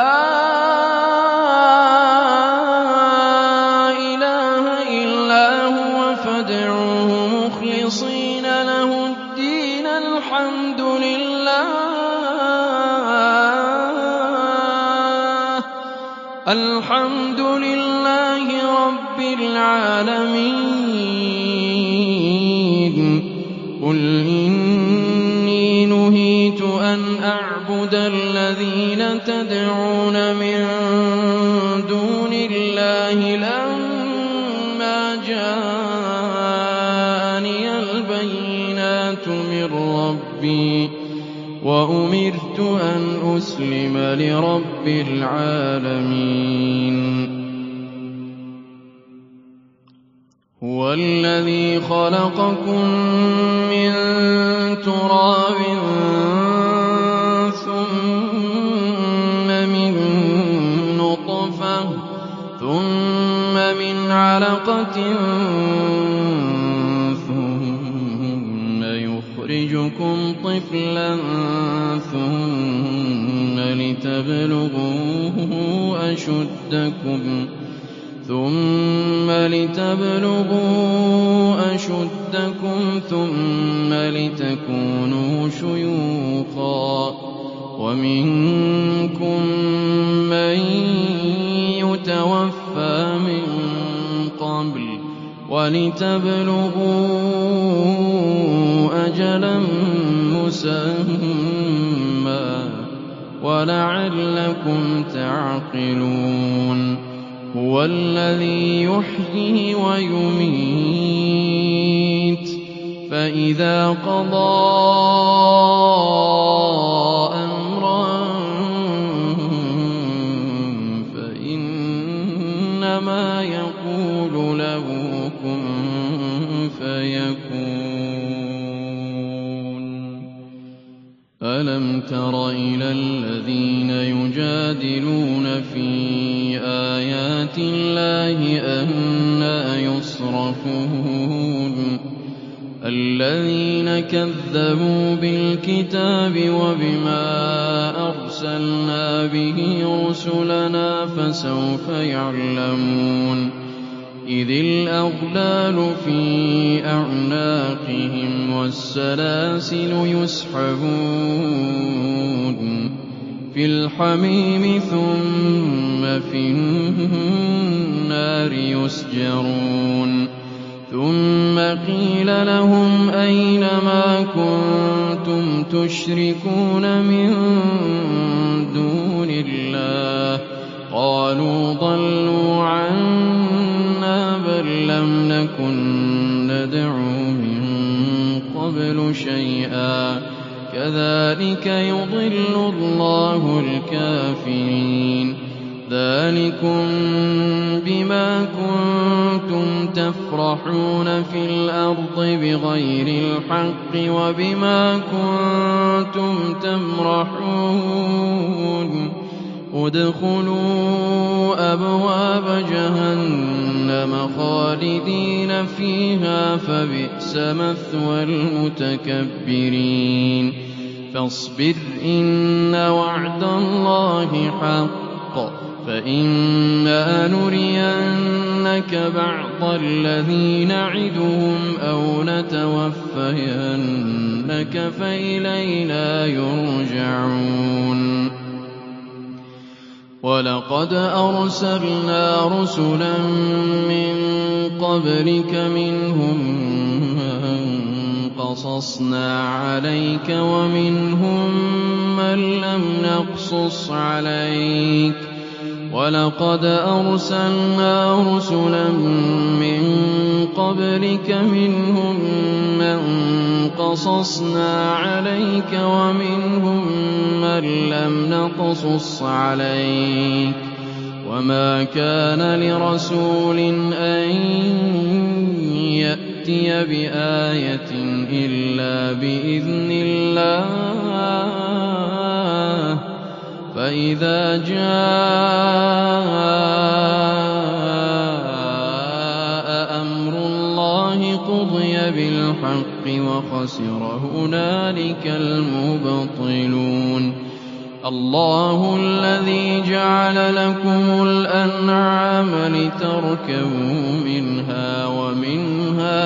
إِلَٰهَ إِلَّا هُوَ فَادْعُوهُ مُخْلِصِينَ لَهُ الدِّينَ الْحَمْدُ لِلَّهِ الحمد لله رب العالمين قل إني نهيت أن أعبد الذين تدعون من دون الله لما جاءني البينات من ربي وأمرت أن أسلم لرب العالمين هو الذي خلقكم من تراب ثم من نطفة ثم من علقة يخرجكم طفلا ثم لتبلغوا أشدكم ثم لتبلغوا أشدكم ثم لتكونوا شيوخا ومنكم من يتوفى من قبل ولتبلغوا أجلا مسمى ولعلكم تعقلون هو الذي يحيي ويميت فإذا قضى أمرا فإنما يقول له كن فيكون ألم تر إلى الذين يجادلون في آيات الله أنى يصرفون الذين كذبوا بالكتاب وبما أرسلنا به رسلنا فسوف يعلمون إذ الأغلال في أعناقهم والسلاسل يسحبون في الحميم ثم في النار يسجرون ثم قيل لهم أين ما كنتم تشركون من دون الله قالوا ضلوا عنا بل لم نكن ندعو من قبل شيئا كذلك يضل الله الكافرين ذلكم بما كنتم تفرحون في الأرض بغير الحق وبما كنتم تمرحون ادخلوا أبواب جهنم خالدين فيها فبئس مثوى المتكبرين فاصبر إن وعد الله حق فإما نرينك بعض الذي نعدهم أو نتوفينك فإلينا يرجعون ولقد أرسلنا رسلا من قبلك منهم من قصصنا عليك ومنهم من لم نقصص عليك وَلَقَدْ أَرْسَلْنَا رُسُلًا مِّن قَبْلِكَ مِنْهُم مَّن قَصَصْنَا عَلَيْكَ وَمِنْهُم مَّن لَّمْ نَقْصُصْ عَلَيْكَ ۗ وَمَا كَانَ لِرَسُولٍ أَن يَأْتِيَ بِآيَةٍ إِلَّا بِإِذْنِ اللَّهِ ۚ فَإِذَا جَاءَ أَمْرُ اللَّهِ قُضِيَ بِالْحَقِّ وَخَسِرَ هُنَالِكَ الْمُبْطِلُونَ اللَّهُ الَّذِي جَعَلَ لَكُمُ الْأَنْعَامَ لِتَرْكَبُوا مِنْهَا وَمِنْهَا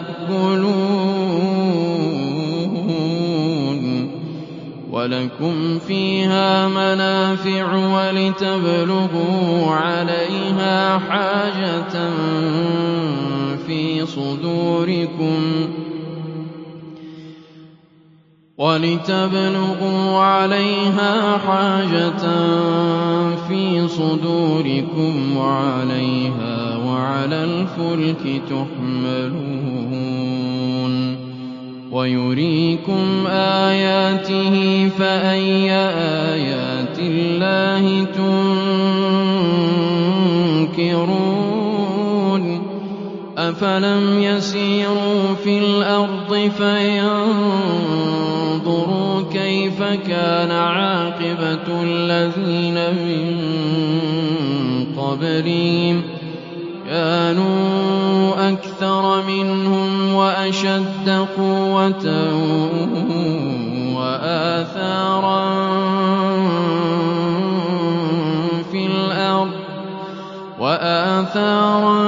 تَأْكُلُونَ وَلَكُمْ فِيهَا مَنَافِعُ وَلِتَبْلُغُوا عَلَيْهَا حَاجَةً فِي صُدُورِكُمْ وَلِتَبْلُغُوا عَلَيْهَا حَاجَةً فِي صُدُورِكُمْ وَعَلَيْهَا وَعَلَى الْفُلْكِ تُحْمَلُونَ وَيُرِيكُمْ آيَاتِهِ فَأَيَّ آيَاتِ اللَّهِ تُنكِرُونَ أَفَلَمْ يَسِيرُوا فِي الْأَرْضِ فَيَنظُرُوا كَيْفَ كَانَ عَاقِبَةُ الَّذِينَ مِن قَبْلِهِمْ كَانُوا أَكْثَرَ مِنْهُمْ وَأَشَدَّ قُوَّةً وَآثَارًا فِي الْأَرْضِ وَآثَارًا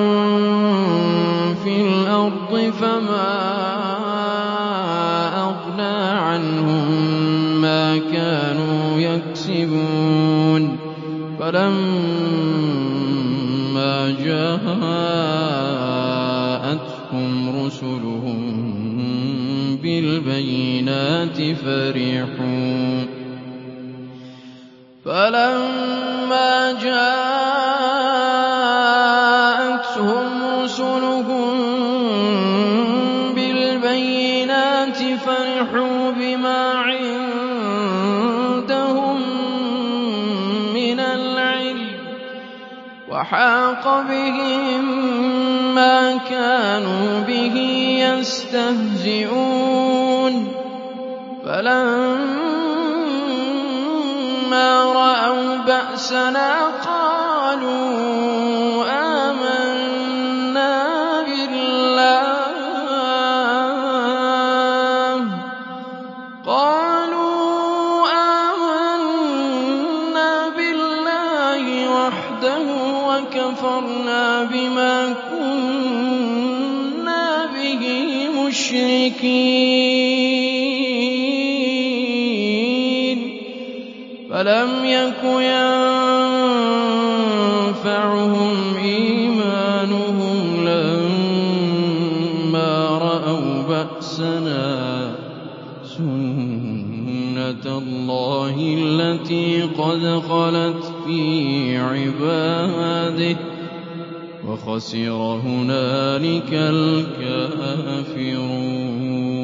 فِي الْأَرْضِ فَمَا أَغْنَىٰ عَنْهُم مَّا كَانُوا يَكْسِبُونَ فَلَمَّا جَاءَتْهُمْ رُسُلُهُم بِالْبَيِّنَاتِ فَرِحُوا فَلَمَّا جَاءَتْهُمْ رُسُلُهُم بِالْبَيِّنَاتِ فَرِحُوا بِمَا عِندَهُم مِّنَ الْعِلْمِ وَحَاقَ بِهِم مَّا كَانُوا بِهِ يَسْتَهْزِئُونَ فَلَمَّا رَأَوْا بَأْسَنَا قَالُوا آمَنَّا بِاللَّهِ قَالُوا آمَنَّا بِاللَّهِ وَحْدَهُ وَكَفَرْنَا بِمَا كُنَّا بِهِ مُشْرِكِينَ فَلَمْ يَكُ يَنفَعُهُمْ إِيمَانُهُمْ لَمَّا رَأَوْا بَأْسَنَا سُنَّتَ اللَّهِ الَّتِي قَدْ خَلَتْ فِي عِبَادِهِ وَخَسِرَ هُنَالِكَ الْكَافِرُونَ